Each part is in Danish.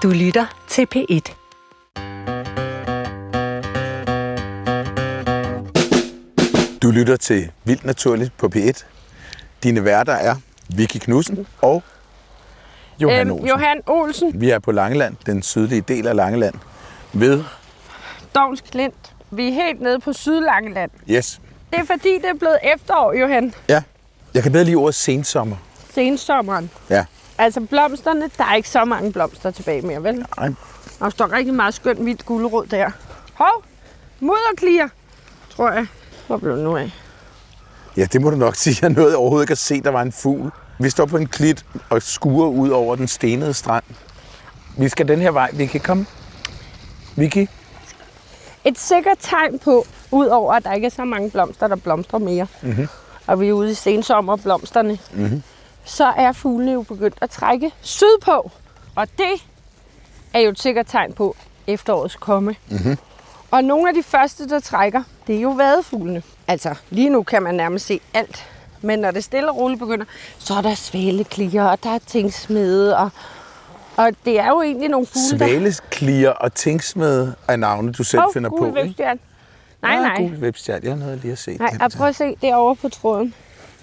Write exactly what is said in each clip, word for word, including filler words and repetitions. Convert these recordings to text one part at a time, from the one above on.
Du lytter til P et. Du lytter til Vildt Naturligt på P et. Dine værter er Vicky Knudsen og Johan øhm, Olsen. Johan Olsen. Vi er på Langeland, den sydlige del af Langeland, ved Dovns Klint. Vi er helt nede på Sydlangeland. Yes. Det er fordi, det er blevet efterår, Johan. Ja, jeg kan bedre lide ordet sensommer. Sensommeren. Ja. Altså blomsterne, der er ikke så mange blomster tilbage mere, vel? Nej. Der står rigtig meget skønt hvidt gulerod der. Hov, mudderklier, tror jeg. Hvor blev det nu af? Ja, det må du nok sige. Jeg nåede overhovedet ikke at se, der var en fugl. Vi står på en klit og skuer ud over den stenede strand. Vi skal den her vej. Vi kan komme. Vicky? Et sikkert tegn på, udover at der ikke er så mange blomster, der blomstrer mere, Mm-hmm. og vi er ude i sensommerblomsterne, Mm-hmm. så er fuglene jo begyndt at trække sydpå. Og det er jo et sikkert tegn på efterårets komme. Mm-hmm. Og nogle af de første, der trækker, det er jo vadefuglene. Altså, lige nu kan man nærmest se alt. Men når det stille og roligt begynder, så er der svæleklier, og der er tingsmede, og, og det er jo egentlig nogle fugle, der... Svaleklier og tingsmede er navne, du selv Hov, finder på, gul ikke? vipstjerne. Nej, Ja, nej. gul vipstjerne. Jeg nåede lige at se Nej, dem. og prøv at se, det er over på tråden.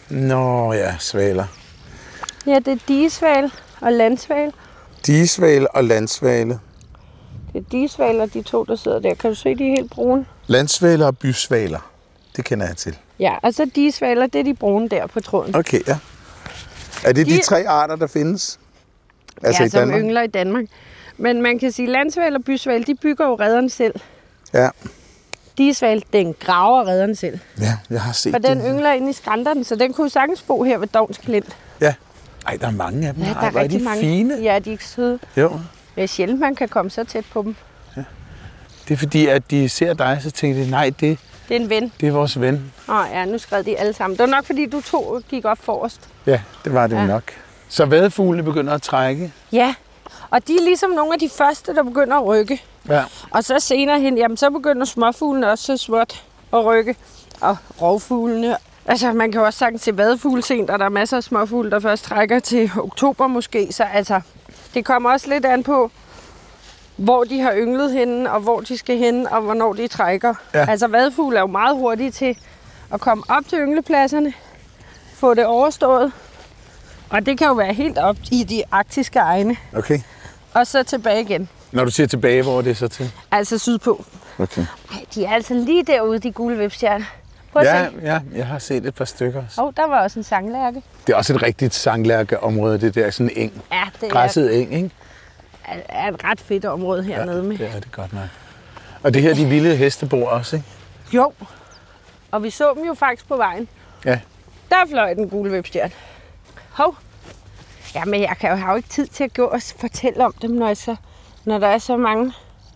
Nå ja, svaler. Ja, det er digesval og landsval. Digesvale og landsvale. Det er digesvaler, de to, der sidder der. Kan du se, de er helt brune? Landsvaler og bysvaler. Det kender jeg til. Ja, og så digesvaler, det er de brune der på tråden. Okay, ja. Er det de, De- de tre arter, der findes? Altså ja, i som Danmark? yngler i Danmark. Men man kan sige, at landsval og bysval, de bygger jo redderen selv. Ja. Digesval, den graver redderen selv. Ja, jeg har set For den det. yngler ind i skrænterne, så den kunne sagtens bo her ved Dovns Klint. Ja. Ej, der er mange af dem. Ja, Ej, der er hvor rigtig de mange. fine. Ja, de er ikke søde. Jo. Det er sjældent, man kan komme så tæt på dem. Det er fordi, at de ser dig, så tænker de, nej, det, Det er en ven. det er vores ven. Åh ja, nu skrev de alle sammen. Det var nok, fordi du to gik op forrest. Ja, det var det Ja. ja. nok. Så vadefuglene begynder at trække. Ja, og de er ligesom nogle af de første, der begynder at rykke. Ja. Og så senere hen, jamen så begynder småfuglene også så småt at rykke. Og rovfuglene. Altså, man kan jo også sagtens se vadefugle sent, og der er masser af småfugle, der først trækker til oktober måske. Så altså, det kommer også lidt an på, hvor de har ynglet henne, og hvor de skal hen, og hvornår de trækker. Ja. Altså, vadefugle er jo meget hurtige til at komme op til ynglepladserne, få det overstået. Og det kan jo være helt op i de arktiske egne, Okay. og så tilbage igen. Når du siger tilbage, hvor er det så til? Altså sydpå. Okay. Ej, de er altså lige derude, de gule vipstjerner. Prøv at Ja, se. ja, jeg har set et par stykker. Åh, oh, der var også en sanglærke. Det er også et rigtigt sanglærkeområde, det der sådan eng. Ja, det er, Græsset eng, ikke? er, er et ret fedt område hernede med. det er det godt nok. Og det her, de vilde heste bor også, ikke? Jo, og vi så dem jo faktisk på vejen. Ja. Der fløj den gule vipstjerne. Hov. Jamen, jeg kan jo, har jo ikke tid til at gå og fortælle om dem, når, jeg så, når der er så mange.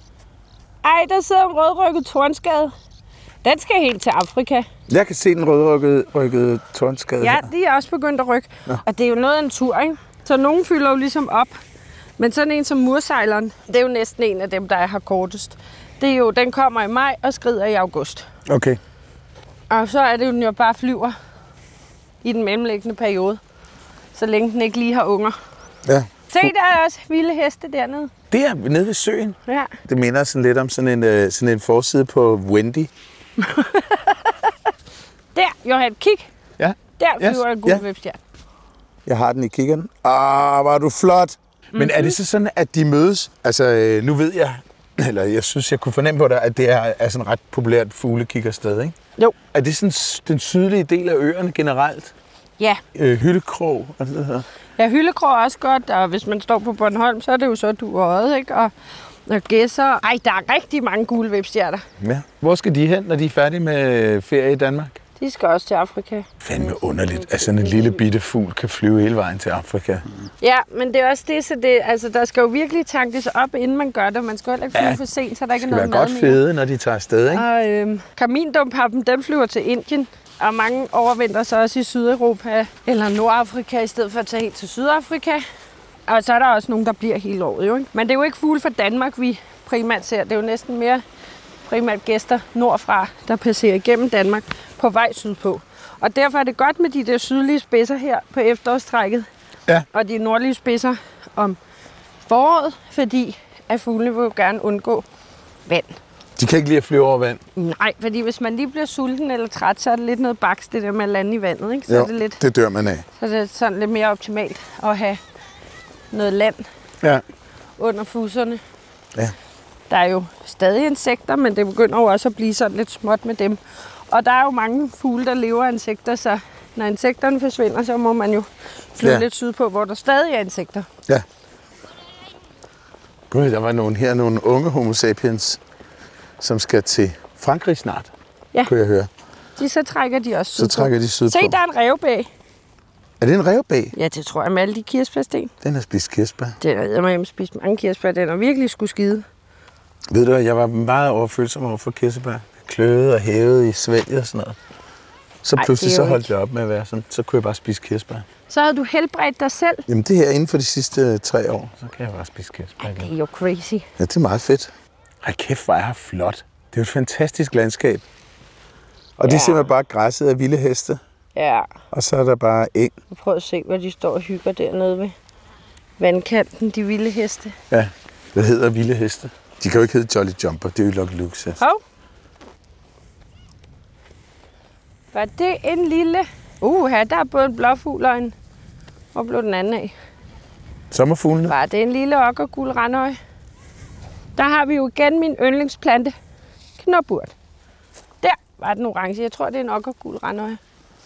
Ej, der sidder en rødrykket tornskade. Den skal helt til Afrika. Jeg kan se den rødrykkede rykkede tornskade Ja, her. de er også begyndt at rykke. Ja. Og det er jo noget af en tur, ikke? Så nogen fylder jo ligesom op. Men sådan en som mursejleren, det er jo næsten en af dem, der er her kortest. Det er jo, den kommer i maj og skrider i august. Okay. Og så er det jo, den jo bare flyver i den mellemliggende periode. Så længe den ikke lige har unger. Ja. Se, der er også vilde heste dernede. Det er nede ved søen. Ja. Det minder sådan lidt om sådan en, øh, sådan en forside på Wendy. Der, Johan, kig. Ja. Der Yes. flyver en gul Ja. vipstjerne. Jeg har den i kiggeren. Ah, var du flot. Mm-hmm. Men er det så sådan, at de mødes? Altså, øh, nu ved jeg, eller jeg synes, jeg kunne fornemme på dig, at det er, er sådan et ret populært fuglekiggersted, ikke? Jo. Er det sådan s- den sydlige del af øerne generelt? Ja. Øh, Hyllekrog og sådan noget? Ja, Hyllekrog er også godt, og hvis man står på Bornholm, så er det jo så du og Odde, ikke? Og, og gæsser. Ej, der er rigtig mange gule vipstjerner. Ja. Hvor skal de hen, når de er færdige med ferie i Danmark? De skal også til Afrika. Fandme underligt, at sådan en lille bitte fugl kan flyve hele vejen til Afrika. Ja, men det er også det, så det, altså, der skal jo virkelig tankes op, inden man gør det. Man skal heller ikke flyve Ja, for sent, så der Det ikke er skal være noget godt mad mere. fede, når de tager afsted, ikke? Og øhm, karmindumpappen, den flyver til Indien, og mange overvintrer så også i Sydeuropa eller Nordafrika, i stedet for at tage helt til Sydafrika. Og så er der også nogen, der bliver hele året, jo, ikke? Men det er jo ikke fugle fra Danmark, vi primært ser. Det er jo næsten mere primært gæster nordfra, der passerer igennem Danmark på vej sydpå. Og derfor er det godt med de der sydlige spidser her på efterårstrækket. Ja. Og de nordlige spidser om foråret, fordi at fuglene vil jo gerne undgå vand. De kan ikke lide at flyve over vand. Nej, fordi hvis man lige bliver sulten eller træt, så er det lidt noget baks, det der med at lande i vandet, ikke? Så Jo, er det lidt, det dør man af. så er det sådan lidt mere optimalt at have noget land Ja. under fuserne. Ja. Der er jo stadig insekter, men det begynder jo også at blive sådan lidt småt med dem. Og der er jo mange fugle, der lever af insekter, så når insekterne forsvinder, så må man jo flyve Ja. lidt sydpå, hvor der stadig er insekter. Ja. Gud, der var nogen her, nogle unge homo sapiens, som skal til Frankrig snart, Ja. kunne jeg høre. De, så trækker de også Så sydpå. trækker de sydpå. Se, der er en rævebæg. Er det en revbæg? Ja, det tror jeg med alle de kirsebærsten. Den har spist kirsebær. Den har jeg hjemme spist mange kirsebær. Den er virkelig skulle skide. Ved du, jeg var meget overfølsom over for kirsebær. Jeg kløede og hævede i svælget og sådan noget. Så Ej, pludselig det er så jo holdt jeg op med at være sådan. Så kunne jeg bare spise kirsebær. Så havde du helbredt dig selv. Jamen det her inden for de sidste tre år, så kan jeg bare spise kirsebær Det igen. er jo crazy. Ja, det er meget fedt. Ej, kæft, hvor er her flot. Det er jo et fantastisk landskab. Og det er Ja. simpelthen bare græsset af vilde heste. Ja, Og så er der bare eng. og prøv at se, hvor de står og hygger dernede ved vandkanten, de vilde heste. Ja, hvad hedder vilde heste? De kan jo ikke hedde Jolly Jumper, det er jo Lucky Luke. Hov. Var det en lille... Uh, her der er både en blåfugl og en... Hvor blev den anden af? Sommerfuglene? Var det en lille okkergul randøje? Der har vi jo igen min yndlingsplante. Knopurt. Der var den orange. Jeg tror, det er en okkergul randøje.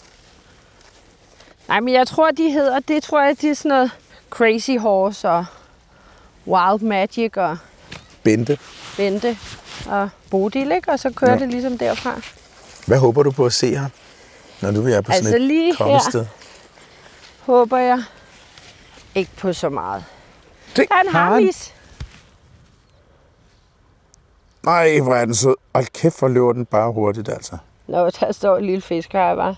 Nej, men jeg tror, de hedder... Det tror jeg, det er sådan noget Crazy Horse og Wild Magic og Bente. Bente og Bodil, ikke? Og så kører Ja. det ligesom derfra. Hvad håber du på at se her, når nu vi er på Altså sådan lige et kommested? Håber jeg ikke på så meget. Se, Der er en haren. harmis. Nej, hvor er den sød. Hold kæft, hvor løber den bare hurtigt, altså. Nå, der står en lille fisk her, bare.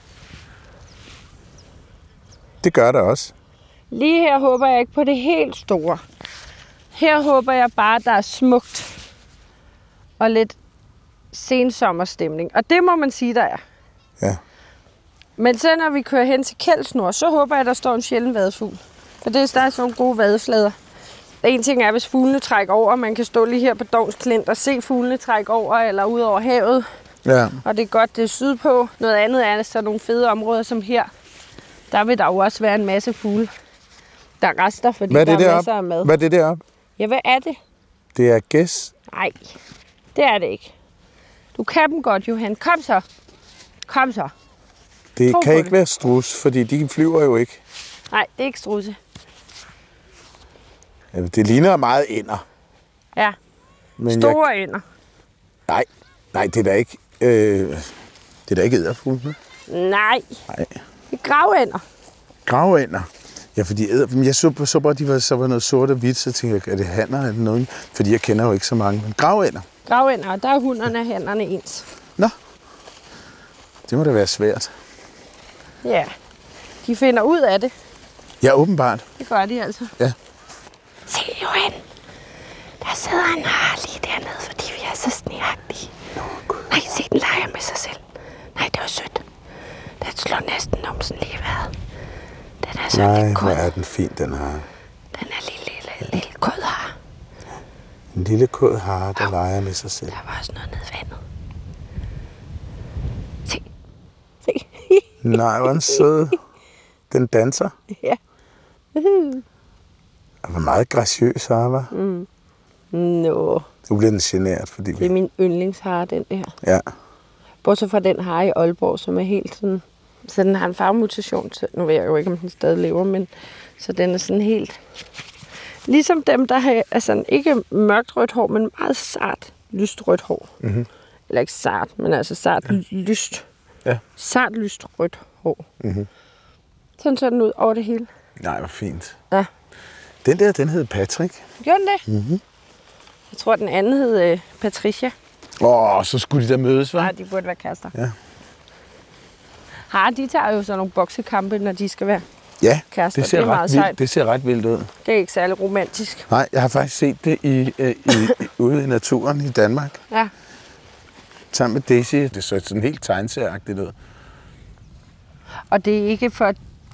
Det gør der også. Lige her håber jeg ikke på det helt store. Her håber jeg bare, at der er smukt og lidt sensommerstemning. Og det må man sige, der er. Ja. Men så når vi kører hen til Kjeldsnor, så håber jeg, at der står en sjælden vadefugl. For det er stadig sådan nogle gode vadeflader. En ting er, hvis fuglene trækker over. Man kan stå lige her på Dovns Klint og se fuglene trække over eller ud over havet. Ja. Og det er godt, det er sydpå. Noget andet er, så nogle fede områder som her. Der vil der jo også være en masse fugle, der rester, fordi Hvad er der det er deroppe? masser af mad. Hvad er det deroppe? Ja, hvad er det? Det er gæs. Nej, det er det ikke. Du kan dem godt, Johan. Kom så. Kom så. Det Tro kan på ikke det. være strus, fordi de flyver jo ikke. Nej, det er ikke strusse. Ja, det ligner meget ænder. Ja, Men store jeg... ender. Nej, nej, det er da ikke... Øh... Det er da ikke æderfugle. Nej, Nej. det er gravænder. Graveænder. Ja, fordi æder... Men jeg så, så bare, at de var, så var noget sort og hvidt, så tænkte jeg, er det hanner eller noget? Fordi jeg kender jo ikke så mange. Men graveænder. Gravænder, og der er hunderne og hannerne ens. Nå. Det må da være svært. Ja, de finder ud af det. Ja, åbenbart. Det gør de altså. Ja. Se, Johan. Der sidder en har lige dernede, fordi vi er så sneagtige. Nej, se, den leger med sig selv. Nej, det var sødt. Den slår næsten numsen lige i vejret. Den er så Nej, lidt hvor kod. er den fin, den har. Den er lille, lille, lille kod her. En lille kod hare, der leger med sig selv. Der var også noget nede i vandet. Se. Se. Nej, hvor er den sød. Den danser. Ja. Den var meget graciøs, hare, var. Mm. Nå, Nu bliver den generet, fordi det er vi... min yndlingshare, den der. Ja. Bortset fra den hare i Aalborg, som er helt sådan... Så den har en farvemutation til... Nu ved jeg jo ikke, om den stadig lever, men... Så den er sådan helt... Ligesom dem, der har altså ikke mørkt rødt hår, men meget sart lyst rødt hår. Mm-hmm. Eller ikke sart, men altså sart ja. lyst. Ja. Sart lyst rødt hår. Mm-hmm. Sådan ser den ud over det hele. Nej, hvor fint. Ja. Den der, den hed Patrick. Gjorde den det? Mm-hmm. Jeg tror, den anden hed øh, Patricia. Åh, oh, så skulle de da mødes, hva'? Nej, de burde være kærester. Ja. Har de tager jo sådan nogle boksekampe, når de skal være Ja, kærester. det ser, Det er meget ret sejt. vildt, det ser ret vildt ud. Det er ikke særlig romantisk. Nej, jeg har faktisk set det i, øh, i, ude i naturen i Danmark. Ja. Sammen med Daisy. Det så sådan helt tegneserieagtigt ud. Og det er ikke for,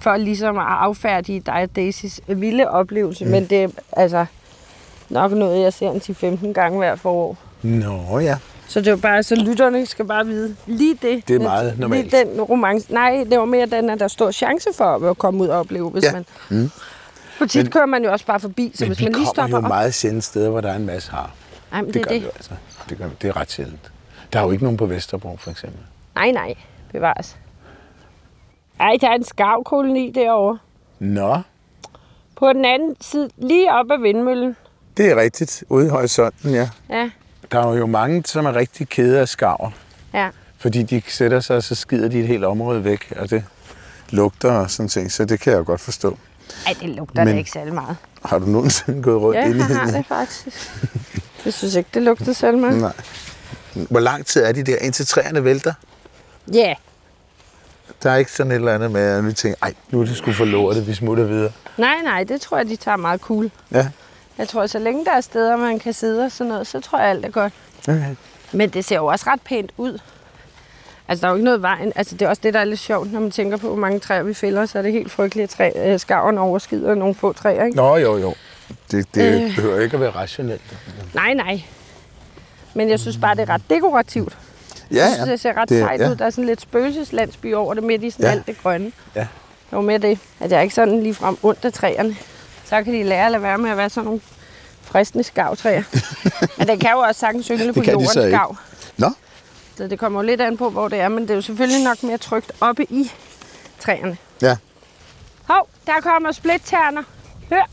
for ligesom at affærdige dig og Daisys vilde oplevelse, mm. men det er altså nok noget, jeg ser en ti femten gange hver forår. Nå ja. Så det var bare, så lytterne skal bare vide lige det. Det er meget normalt. Lige den romance. Nej, det var mere den, at der står chance for at komme ud og opleve, hvis ja. man... Mm. For tit men, kører man jo også bare forbi, så hvis man lige stopper op... Men vi kommer jo meget sjældent steder, hvor der er en masse har. Nej, men det, det er gør det. Vi altså. Det, gør, det er ret sjældent. Der er jo ikke nogen på Vesterbro, for eksempel. Nej, nej. Bevares. Ej, der er en skarvkoloni derovre. Nå. På den anden side, lige op ad vindmøllen. Det er rigtigt. Ude i horisonten, ja. Ja. Der er jo mange, som er rigtig kede af skarver. Ja. Fordi de sætter sig, og så skider de et helt område væk, og det lugter og sådan ting, så det kan jeg jo godt forstå. Ej, det lugter da ikke særlig meget. Har du nogensinde gået rundt ja, ind i det? Ja, jeg har det faktisk. Jeg synes ikke, det lugter særlig meget. Nej. Hvor lang tid er de der, indtil træerne vælter? Ja. Yeah. Der er ikke sådan et eller andet med, at vi tænker, ej, nu er det sgu for lortet, vi smutter videre. Nej, nej, det tror jeg, de tager meget cool. Ja. Jeg tror, så længe der er steder, man kan sidde og sådan noget, så tror jeg, alt er godt. Okay. Men det ser jo også ret pænt ud. Altså, der er jo ikke noget vejen. Altså, det er også det, der er lidt sjovt, når man tænker på, hvor mange træer vi fælder, så er det helt frygteligt, at skarven overskider nogle få træer, ikke? Nå, jo, jo. Det, det øh. behøver ikke at være rationelt. Nej, nej. Men jeg synes bare, det er ret dekorativt. Ja, ja. Jeg synes, det ser ret det, sejt ja. ud. Der er sådan lidt spøgelseslandsby over det, midt i sådan ja. alt det grønne. Ja. Det var med det, at jeg ikke sådan ligefrem ondt af træerne. Så kan de lære at lade være med at være sådan nogle fristende skavtræer. Men det kan jo også sagtens yngle på jordens skav. Nå? Så det kommer jo lidt an på, hvor det er, men det er jo selvfølgelig nok mere trygt oppe i træerne. Ja. Hov, der kommer splittterner. Hør.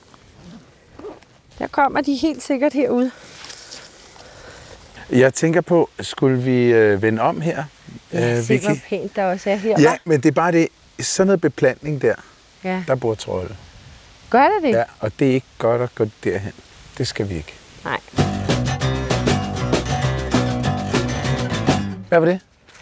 Der kommer de helt sikkert herude. Jeg tænker på, skulle vi øh, vende om her, ja, øh, Vicky? Ja, pænt der også er her. Ja, hva? men det er bare det, sådan noget beplantning der, ja. der bor trolde. Gør det det? Ja, og det er ikke godt at gå derhen. Det skal vi ikke. Nej. Hvad var det?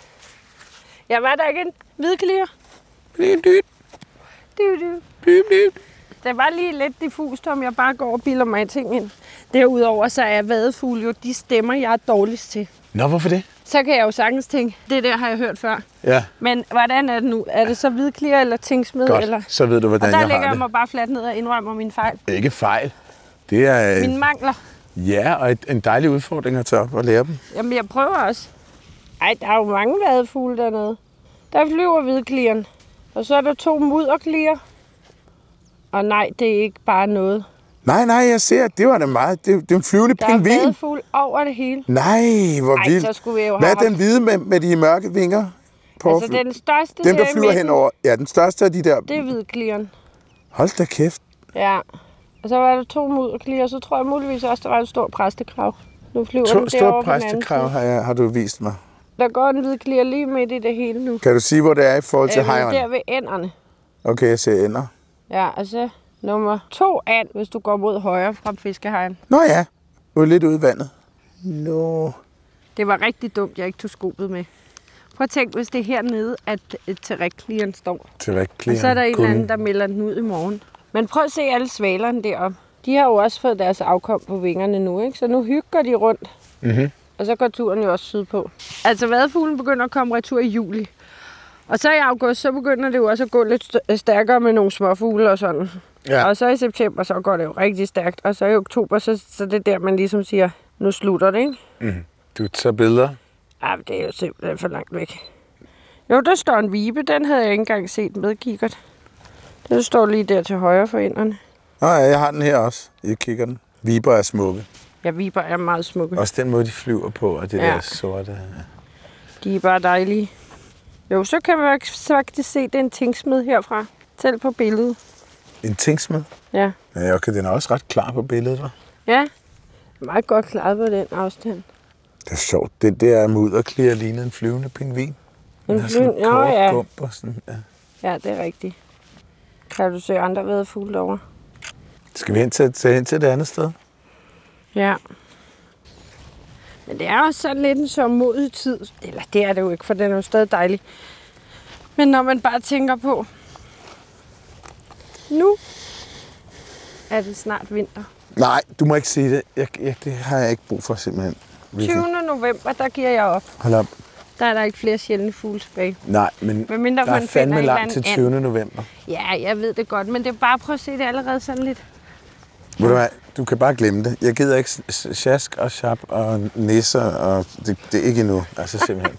Ja, var der ikke en hvidklier? Dyt, dyt. Dyt, dyt. Dyt, dyt. Det var lige lidt diffust, om jeg bare går og bilder mig ting ind. Derudover så er vadefugle jo de stemmer, jeg er dårligst til. Nå, hvorfor det? Så kan jeg jo sagtens tænke, det der har jeg hørt før. Ja. Men hvordan er det nu? Er det så hvidklier eller tingsmed? Godt, eller? så ved du, hvordan jeg har det. Og der ligger jeg mig bare fladt ned og indrømmer mine fejl. Ikke fejl. Det er... Mine mangler. Ja, og et, en dejlig udfordring at tage op og lære dem. Jamen, jeg prøver også. Ej, der er jo mange vadefugle dernede. Der flyver hvidklieren. Og så er der to mudderklier. Og nej, det er ikke bare noget. Nej, nej, jeg ser, det var da meget. Det, det er en flyvende der pingvin. Der er vadefugl over det hele. Nej, hvor Ej, vildt. Så skulle vi jo hvad er have den hvide med, med de mørke vinger? På altså den største den, der flyver midten, henover. Ja, den største af de der. Det er hvidklieren. Hold da kæft. Ja. Og så var der to mudderklier, og så tror jeg muligvis også, der var en stor præstekrav. Nu flyver to, den stor præstekrav har, jeg, har du vist mig. Der går en hvidklier lige midt i det hele nu. Kan du sige, hvor det er i forhold til øh, hejren? Der ved ænderne. Okay, jeg ser ænder. Ja, altså nummer to and, hvis du går mod højre fra fiskehejren. Nå ja, du er lidt ude i vandet. Nå. Det var rigtig dumt, jeg ikke tog skobet med. Prøv at tænke, hvis det er hernede, at terrækklieren står. Terrækklieren. Og så er der en Kun... eller anden, der melder den ud i morgen. Men prøv at se alle svalerne deroppe. De har jo også fået deres afkom på vingerne nu, ikke? Så nu hygger de rundt. Mm-hmm. Og så går turen jo også sydpå. Altså vadefuglen begynder at komme retur i juli. Og så i august, så begynder det jo også at gå lidt stærkere med nogle småfugle og sådan. Ja. Og så i september, så går det jo rigtig stærkt. Og så i oktober, så, så det er der, man ligesom siger, nu slutter det, ikke? Mm. Du tager billeder? Ja, det er jo simpelthen for langt væk. Jo, der står en vibe. Den havde jeg ikke engang set med kikkert. Den står lige der til højre for inderne. Nå ja, jeg har den her også. Jeg kigger den. Viber er smukke. Ja, viber er meget smukke. Også den måde, de flyver på, og det ja. der sorte. Ja. De er bare dejlige. Jo, så kan man faktisk se, det er en tingsmed herfra. Selv på billedet. En tingsmed? Ja. Ja, okay, den er også ret klar på billedet, hva'? Ja, meget godt klaret på den afstand. Det er sjovt. Det der mudderklier ligner en flyvende pingvin. En flyvende? Nå ja. Gump og sådan, ja. Ja, det er rigtigt. Kan du se andre vadefugle derovre? Skal vi hen til, til, hen til det andet sted? Ja. Men det er også sådan lidt en sørgmodig tid. Eller det er det jo ikke, for den er jo stadig dejlig. Men når man bare tænker på, nu er det snart vinter. Nej, du må ikke sige det. Jeg, jeg, det har jeg ikke brug for simpelthen. tyvende november, der giver jeg op. Hold op. Der er der ikke flere sjældne fugle tilbage. Nej, men Men mindre der man er fandme finder langt til tyvende november. Ja, jeg ved det godt, men det er bare at prøve at se det allerede sådan lidt. Ved du hvad, du kan bare glemme det. Jeg gider ikke sjask og chap og nisser, og det, det er ikke endnu. Altså simpelthen.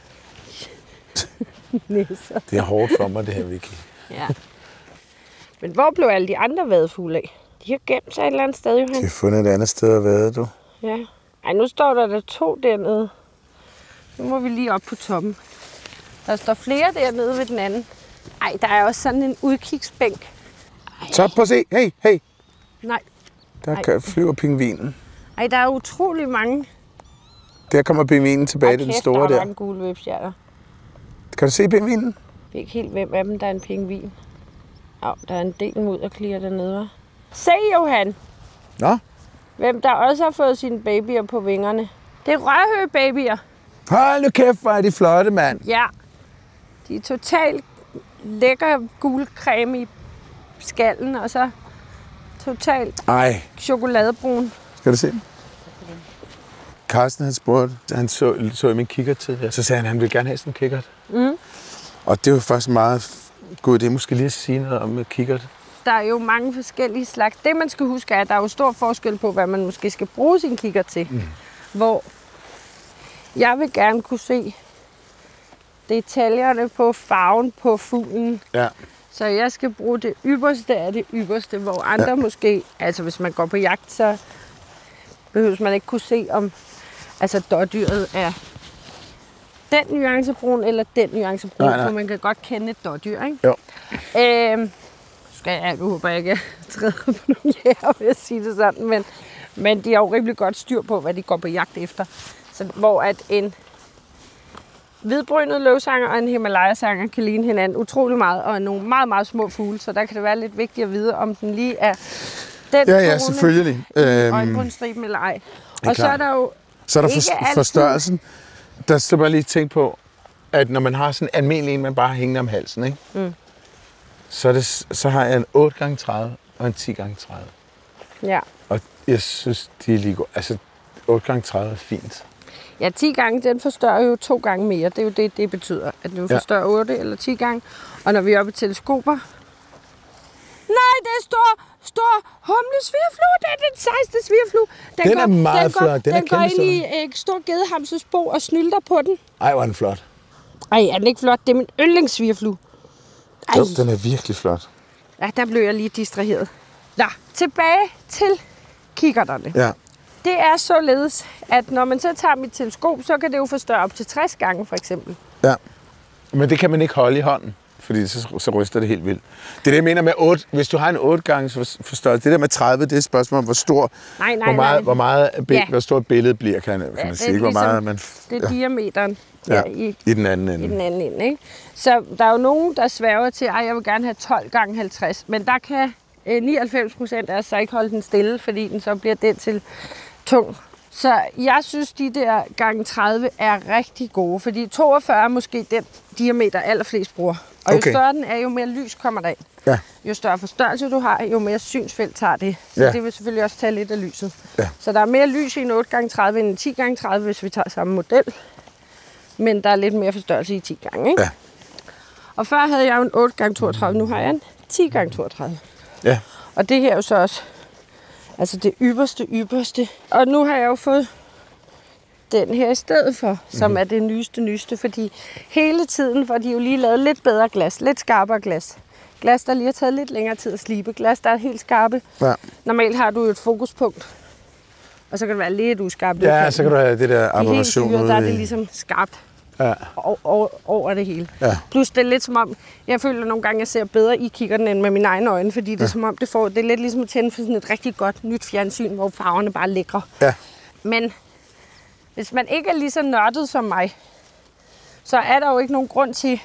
Nisser. Det er hårdt for mig, det her, Vicky. Ja. Men hvor blev alle de andre vadefugle af? De har gemt sig et eller andet sted, Johan. De har fundet et andet sted at vade, du. Ja. Ej, nu står der der to dernede. Nu må vi lige op på toppen. Der står flere dernede ved den anden. Ej, der er også sådan en udkigsbænk. Så på se. Hey, hey. Nej. Der Ej. kan, flyver pingvinen. Ej, der er utrolig mange. Der kommer pingvinen tilbage Ej, til den kæft, store der. der. er en gul vipstjerter. Kan du se pingvinen? Jeg ved ikke helt, hvem af dem, der er en pingvin. Åh, der er en del mudderklier dernede. Se, Johan! Nå. Hvem der også har fået sine babyer på vingerne. Det er rørhøgebabyer. Hold nu kæft, hvor er de flotte, mand. Ja. De er totalt lækker gul creme i skallen, og så totalt Ej, chokoladebrun. skal du se dem? Carsten havde spurgt, han så, så i min kikkert tidligere, så sagde han, at han ville gerne have sådan en kikkert. Mm. Og det var faktisk meget god idé, måske lige at sige noget om kikkert. Der er jo mange forskellige slags. Det, man skal huske, er, at der er jo stor forskel på, hvad man måske skal bruge sin kikkert til. Mm. Hvor jeg vil gerne kunne se detaljerne på farven på fuglen. Ja. Så jeg skal bruge det ypperste af det ypperste, hvor andre ja. måske, altså hvis man går på jagt, så behøver man ikke kunne se, om altså dårdyret er den nuancebrun eller den nuancebrun, Nej, nej. for man kan godt kende et dårdyr, ikke? Jo. Øhm, skal jeg, nu håber jeg ikke, at jeg træder på nogle jæger, vil jeg sige det sådan, men, men de har jo rimelig godt styr på, hvad de går på jagt efter. Så hvor at en hvidbrynet løvsanger og en Himalaya-sanger kan ligne hinanden utrolig meget, og nogle meget, meget små fugle, så der kan det være lidt vigtigt at vide, om den lige er den Ja, ja, tone selvfølgelig. i Øhm, øjenbrynstriben eller ej. Og klart. så er der jo Så er der ikke for, altid- forstørrelsen. Der skal bare lige tænke på, at når man har sådan en almindelig en, man bare hænger om halsen, ikke? Mm. Så, er det, så har jeg en otte gange tredive og en ti gange tredive. Ja. Og jeg synes, de er lige gode. Altså, otte gange tredive er fint. Ja, ti gange, den forstørrer jo to gange mere. Det er jo det, det betyder, at den forstørrer otte eller ti gange. Og når vi er oppe i teleskoper... Nej, det er stor, stor humlesvirflue. Det er den sejste svirflue. Den er meget den går, flot. Den er den går ind kæmpestor. i øh, stor gedehamsesbo og snylter på den. Ej, hvor er den flot. Ej, er den ikke flot? Det er min yndlingssvirflue. Ej. Jo, den er virkelig flot. Ja, der blev jeg lige distraheret. Nå, tilbage til kikkerterne. Ja. Det er således, at når man så tager mit teleskop, så kan det jo forstørre op til tres gange, for eksempel. Ja. Men det kan man ikke holde i hånden, fordi så, så ryster det helt vildt. Det er det, jeg mener med otte. Hvis du har en otte gange forstørrelse, det der med tredive, det er et spørgsmål om, hvor stor, Nej, nej, hvor meget, nej. Hvor, meget, Ja. hvor stort billedet bliver, kan, kan man Ja, sige. det er Hvor meget ligesom- man... Det er diameteren Ja, ja, i, i den anden ende. i den anden ende. Ikke? Så der er jo nogen, der sværger til, at jeg vil gerne have tolv gange halvtreds. Men der kan øh, nioghalvfems procent af os så ikke holde den stille, fordi den så bliver den til tung. Så jeg synes, de der gange tredive er rigtig gode, fordi toogfyrre er måske den diameter, allerflest bruger. Og jo Okay. større den er, jo mere lys kommer der ind. Ja. Jo større forstørrelse du har, jo mere synsfelt tager det. Så Ja. det vil selvfølgelig også tage lidt af lyset. Ja. Så der er mere lys i en otte gange tredive end en ti gange tredive, hvis vi tager samme model. Men der er lidt mere forstørrelse i ti gange, ikke? Ja. Og før havde jeg jo en otte gange toogtredive, nu har jeg en ti gange toogtredive. Ja. Og det her er jo så også altså det ypperste, ypperste. Og nu har jeg jo fået den her i stedet for, som mm-hmm. er det nyeste, nyeste. Fordi hele tiden får de jo lige lavet lidt bedre glas, lidt skarpere glas. Glas, der lige har taget lidt længere tid at slibe. Glas, der er helt skarpe. Ja. Normalt har du jo et fokuspunkt, og så kan det være lidt uskarpt. Ja, så kan du have det der I helt aberration syret, der er det ude i... ligesom skarpt Ja. over, over, over det hele. Ja. Plus det er lidt som om, jeg føler nogle gange, jeg ser bedre i kikkerten end med mine egne øjne, fordi det er Ja. som om, det får, det er lidt ligesom at tænde for sådan et rigtig godt nyt fjernsyn, hvor farverne bare er lækre. Ja. Men hvis man ikke er lige så nørdet som mig, så er der jo ikke nogen grund til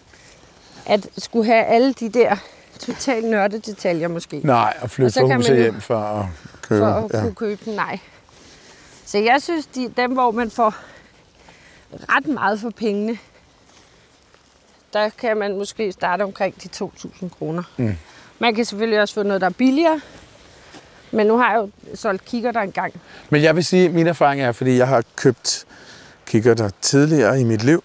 at skulle have alle de der totalt nørdede detaljer måske. Nej, og Og flytte så kan fra huset man jo- hjem for at købe. For at Ja. kunne købe den, nej. Så jeg synes, de, dem, hvor man får ret meget for pengene, der kan man måske starte omkring de to tusind kroner. Mm. Man kan selvfølgelig også få noget, der er billigere, men nu har jeg jo solgt kigger der engang. Men jeg vil sige, at min erfaring er, fordi jeg har købt kigger der tidligere i mit liv,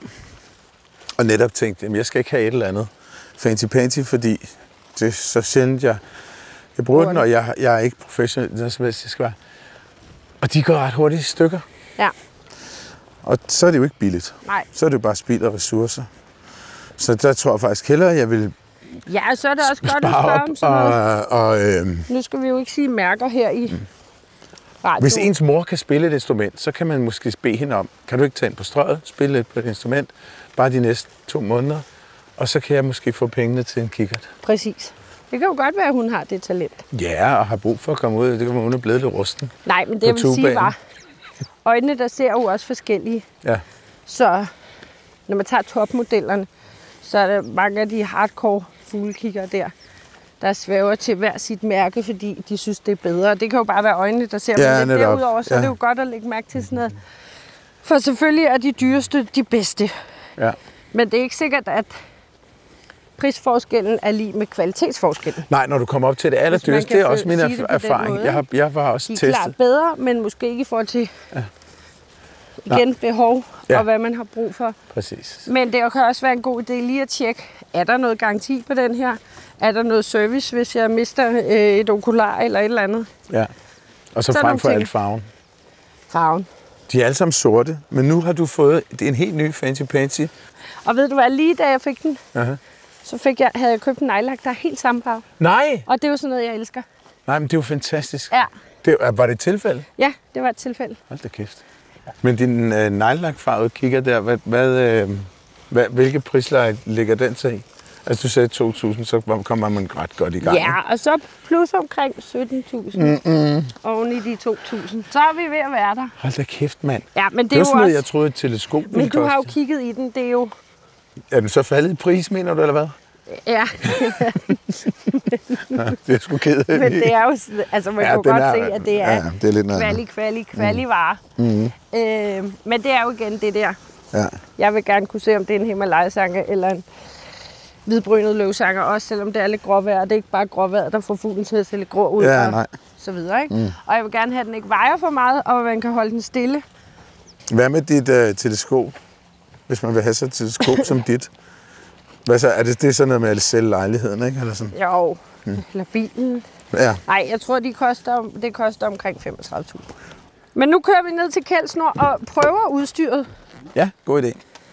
og netop tænkte, at jeg skal ikke have et eller andet fancy-pansy, fordi det er så sjældent, jeg, jeg bruger den, og jeg, jeg er ikke professionel, det skal være. Og de går ret hurtigt i stykker. Ja. Og så er det jo ikke billigt. Nej. Så er det jo bare spild af ressourcer. Så der tror jeg faktisk hellere, at jeg vil ja, så er det også godt at spørge om sådan noget. Og, og, øh, nu skal vi jo ikke sige mærker her i mm. radio. Hvis ens mor kan spille et instrument, så kan man måske bede hende om, kan du ikke tage ind på strøget, spille lidt på et instrument, bare de næste to måneder, og så kan jeg måske få pengene til en kikkert. Præcis. Det kan jo godt være, at hun har det talent. Ja, og har brug for at komme ud. Det kan være, hun er blevet lidt rusten. Nej, men det jeg vil sige var, øjnene der ser jo også forskellige. Ja. Så når man tager topmodellerne, så er der mange af de hardcore fuglekikkere der, der svæver til hver sit mærke, fordi de synes, det er bedre. Det kan jo bare være øjnene, der ser ja, lidt derudover, så ja. Er det jo godt at lægge mærke til sådan noget. For selvfølgelig er de dyreste de bedste. Ja. Men det er ikke sikkert, at prisforskellen er lige med kvalitetsforskellen. Nej, når du kommer op til det allerdyreste, det er også min erfaring. Måde, jeg, har, jeg har også de testet. De er klart bedre, men måske ikke i forhold til ja. igen ja. behov ja. og hvad man har brug for. Præcis. Men det kan også være en god idé lige at tjekke, er der noget garanti på den her? Er der noget service, hvis jeg mister øh, et okular eller et eller andet? Ja, og så, så frem for alt farven. Farven. De er alle sammen sorte, men nu har du fået det er en helt ny fancy pansy. Og ved du hvad, lige da jeg fik den, uh-huh. så fik jeg, havde jeg købt en nejlak, der er helt samme farve. Nej! Og det er jo sådan noget, jeg elsker. Nej, men det er jo fantastisk. Ja. Det, var det et tilfælde? Ja, det var et tilfælde. Hold da kæft. Men din øh, nejlakfarvede kigger der, hvad, hvad, øh, hvad, hvilke prisleje ligger den til i? Altså du sagde to tusind, så kommer man ret godt i gang. Ja, og så plus omkring sytten tusind mm-hmm. oven i de to tusind. Så er vi ved at være der. Hold da kæft, mand. Ja, men det, det er jo sådan noget, også... jeg troede, et teleskop ville Men du koste. har jo kigget i den, det er jo... Er den så faldet i pris, mener du, eller hvad? Ja. ja det er sgu ked af. Men det er jo... Altså man ja, kan jo godt er, se, at det er, ja, det er lidt kvali, kvali, kvali varer. Mm. Øh, men det er jo igen det der. Ja. Jeg vil gerne kunne se, om det er en Himalaya-sange eller en hvidbrynet løvsanger, også selvom det er lidt gråvejr. Det er ikke bare gråvejr, der får fuglen til at se lidt grå ud ja, og nej. så videre. Ikke? Mm. Og jeg vil gerne have, at den ikke vejer for meget, og man kan holde den stille. Hvad med dit uh, teleskop, hvis man vil have så et teleskop som dit? Hvad så? Er det, det er sådan noget med at sælge lejligheden, ikke? Eller sådan? Jo, mm. eller bilen. Ja. Nej, jeg tror, de koster, det koster omkring femogtredive tusind. Men nu kører vi ned til Kjeldsnor og prøver udstyret. Ja, god idé.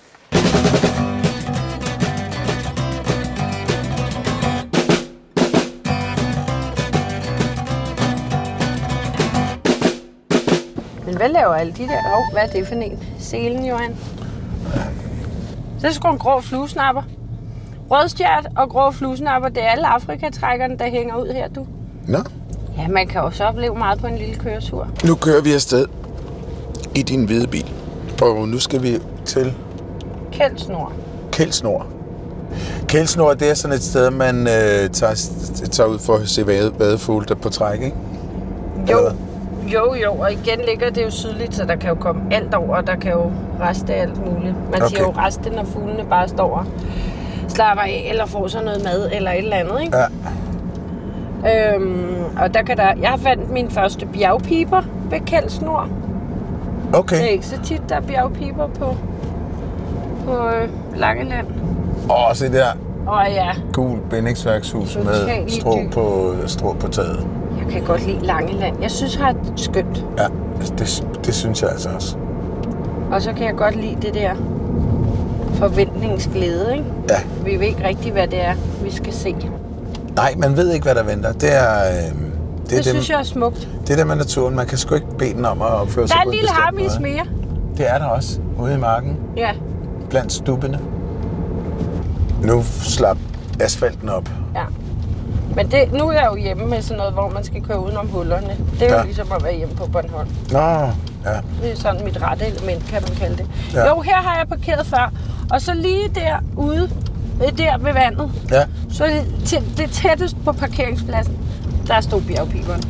Men hvad laver alle de der? Oh, hvad er det for en? Selen, Johan. Det er sgu en grå fluesnapper. Rødstjert og grå fluesnapper, det er alle Afrikatrækkerne, der hænger ud her, du. Nå. Ja, man kan jo så opleve meget på en lille køretur. Nu kører vi afsted i din hvide bil. Og nu skal vi til... Kjeldsnor. Kjeldsnor. Kjeldsnor, det er sådan et sted, man øh, tager, tager ud for at se vadefugle der på træk, ikke? Jo. Jo, jo, og igen ligger det jo sydligt, så der kan jo komme alt over, og der kan jo reste alt muligt. Man okay. siger jo reste, når fuglene bare står og slapper af, eller får sådan noget mad, eller et eller andet, ikke? Ja. Øhm, og der kan der... Jeg har fandt min første bjergpiber ved Kjeldsnor. Okay. Det er ikke så tit, der er bjergpiber på, på øh, Langeland. Åh, se der. Åh ja. Gul bindingsværkshus med strå på, strå på taget. Jeg kan godt lide Langeland. Jeg synes, det er skønt. Ja, det, det synes jeg altså også. Og så kan jeg godt lide det der forventningsglæde, ikke? Ja. Vi ved ikke rigtigt, hvad det er, vi skal se. Nej, man ved ikke, hvad der venter. Det er... Øh, det, det er synes dem, jeg er smukt. Det er det med naturen. Man kan sgu ikke bede den om at opføre sig på en bestemt måde. Der er en lille harmis mere. Det er der også, ude i marken. Ja. Blandt stubbene. Nu slap asfalten op. Ja. Men det, nu er jeg jo hjemme med sådan noget, hvor man skal køre udenom hullerne. Det er ja. jo ligesom at være hjemme på Bornholm. Nå, ja. Det er sådan mit rette element, kan man kalde det. Ja. Jo, her har jeg parkeret før. Og så lige derude, der ved vandet, ja. så det tættest på parkeringspladsen, der stod bjergpiberen.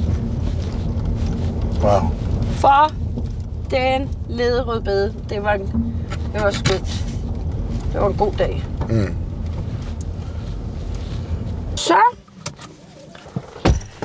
Wow. For den lede rødbede. Det var, en, det var skønt. Det var en god dag. Mm. Så.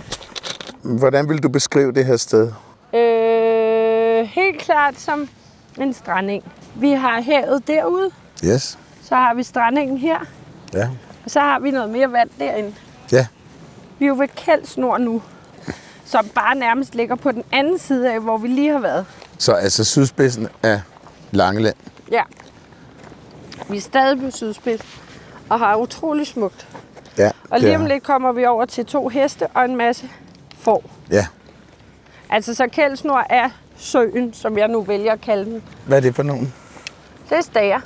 Hvordan vil du beskrive det her sted? Øh, helt klart som en strandeng. Vi har havet derude. Yes. Så har vi strandengen her. Ja. Og så har vi noget mere vand derinde. Ja. Vi er jo ved Kjeldsnor nu, som bare nærmest ligger på den anden side af, hvor vi lige har været. Så altså sydspidsen af Langeland. Ja. Vi er stadig på sydspids og har utrolig smukt. Ja. Og lige om lidt kommer vi over til to heste og en masse får. Ja. Altså så Kjeldsnor er søen, som jeg nu vælger at kalde den. Hvad er det for nogen? Det er stager.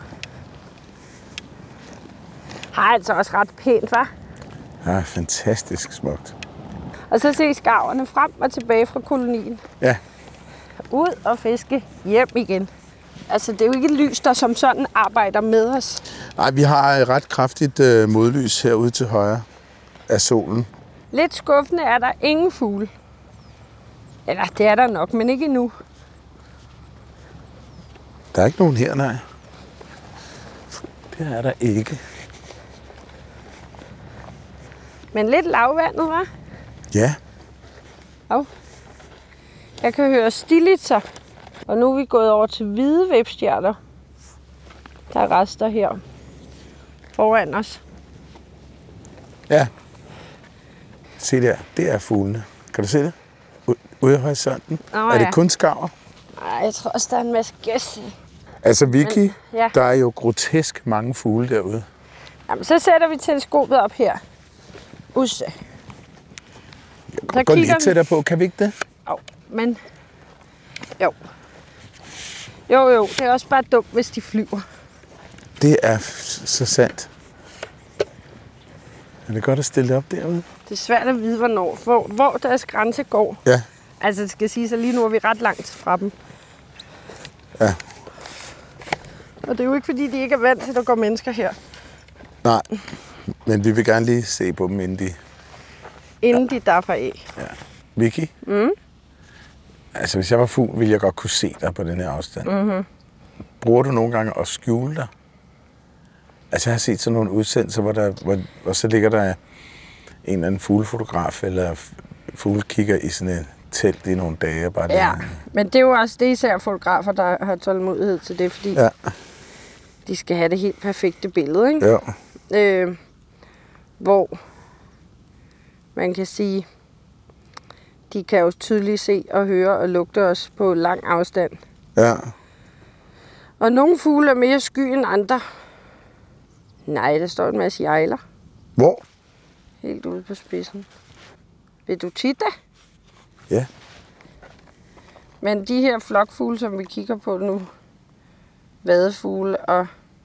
Har altså også ret pænt, hva'? Ja, fantastisk smukt. Og så se skarverne frem og tilbage fra kolonien. Ja. Ud og fiske hjem igen. Altså, det er jo ikke lys, der som sådan arbejder med os. Nej, vi har et ret kraftigt øh, modlys herude til højre af solen. Lidt skuffende er der ingen fugle. Eller, det er der nok, men ikke endnu. Der er ikke nogen her, nej. Det er der ikke. Men lidt lavvandet, hva'? Ja. Au. Jeg kan høre stillitser. Og nu er vi gået over til hvide vipstjerner. Der er rester her foran os. Ja. Se der, det er fuglene. Kan du se det? Ude af horisonten. Nå, er det ja. kun skarver? Nej, jeg tror også, der er en masse gæs. Altså Vicky, Men, ja. der er jo grotesk mange fugle derude. Jamen, så sætter vi teleskopet op her. Usse. Så Gå lige vi. tættere på, kan vi ikke det? Jo, men... Jo. Jo, jo, det er også bare dumt, hvis de flyver. Det er f- så sandt. Er det godt at stille det op derude? Det er svært at vide, hvornår, hvor, hvor deres grænse går. Ja. Altså, det skal sige, så lige nu er vi ret langt fra dem. Ja. Og det er jo ikke, fordi de ikke er vant til, at der går mennesker her. Nej, men vi vil gerne lige se på dem, inden de... Inden de daffer af. Ja. Vicky? Mm. Altså, hvis jeg var fugl, ville jeg godt kunne se dig på den her afstand. Mm-hmm. Bruger du nogle gange at skjule dig? Altså, jeg har set sådan nogle udsendelser, hvor der, hvor, hvor så ligger der en eller anden fuglefotograf, eller fuglekigger i sådan et telt i nogle dage. Bare Ja, der. men det er jo også det især fotografer, der har tålmodighed til det, fordi Ja. de skal have det helt perfekte billede, ikke? Ja. Øh, hvor man kan sige, de kan jo tydeligt se og høre og lugte os på lang afstand. Ja. Og nogle fugle er mere sky end andre. Nej, der står en masse jejler. Hvor? Helt ude på spidsen. Vil du titte? Ja. Men de her flokfugle, som vi kigger på nu, vadefugle og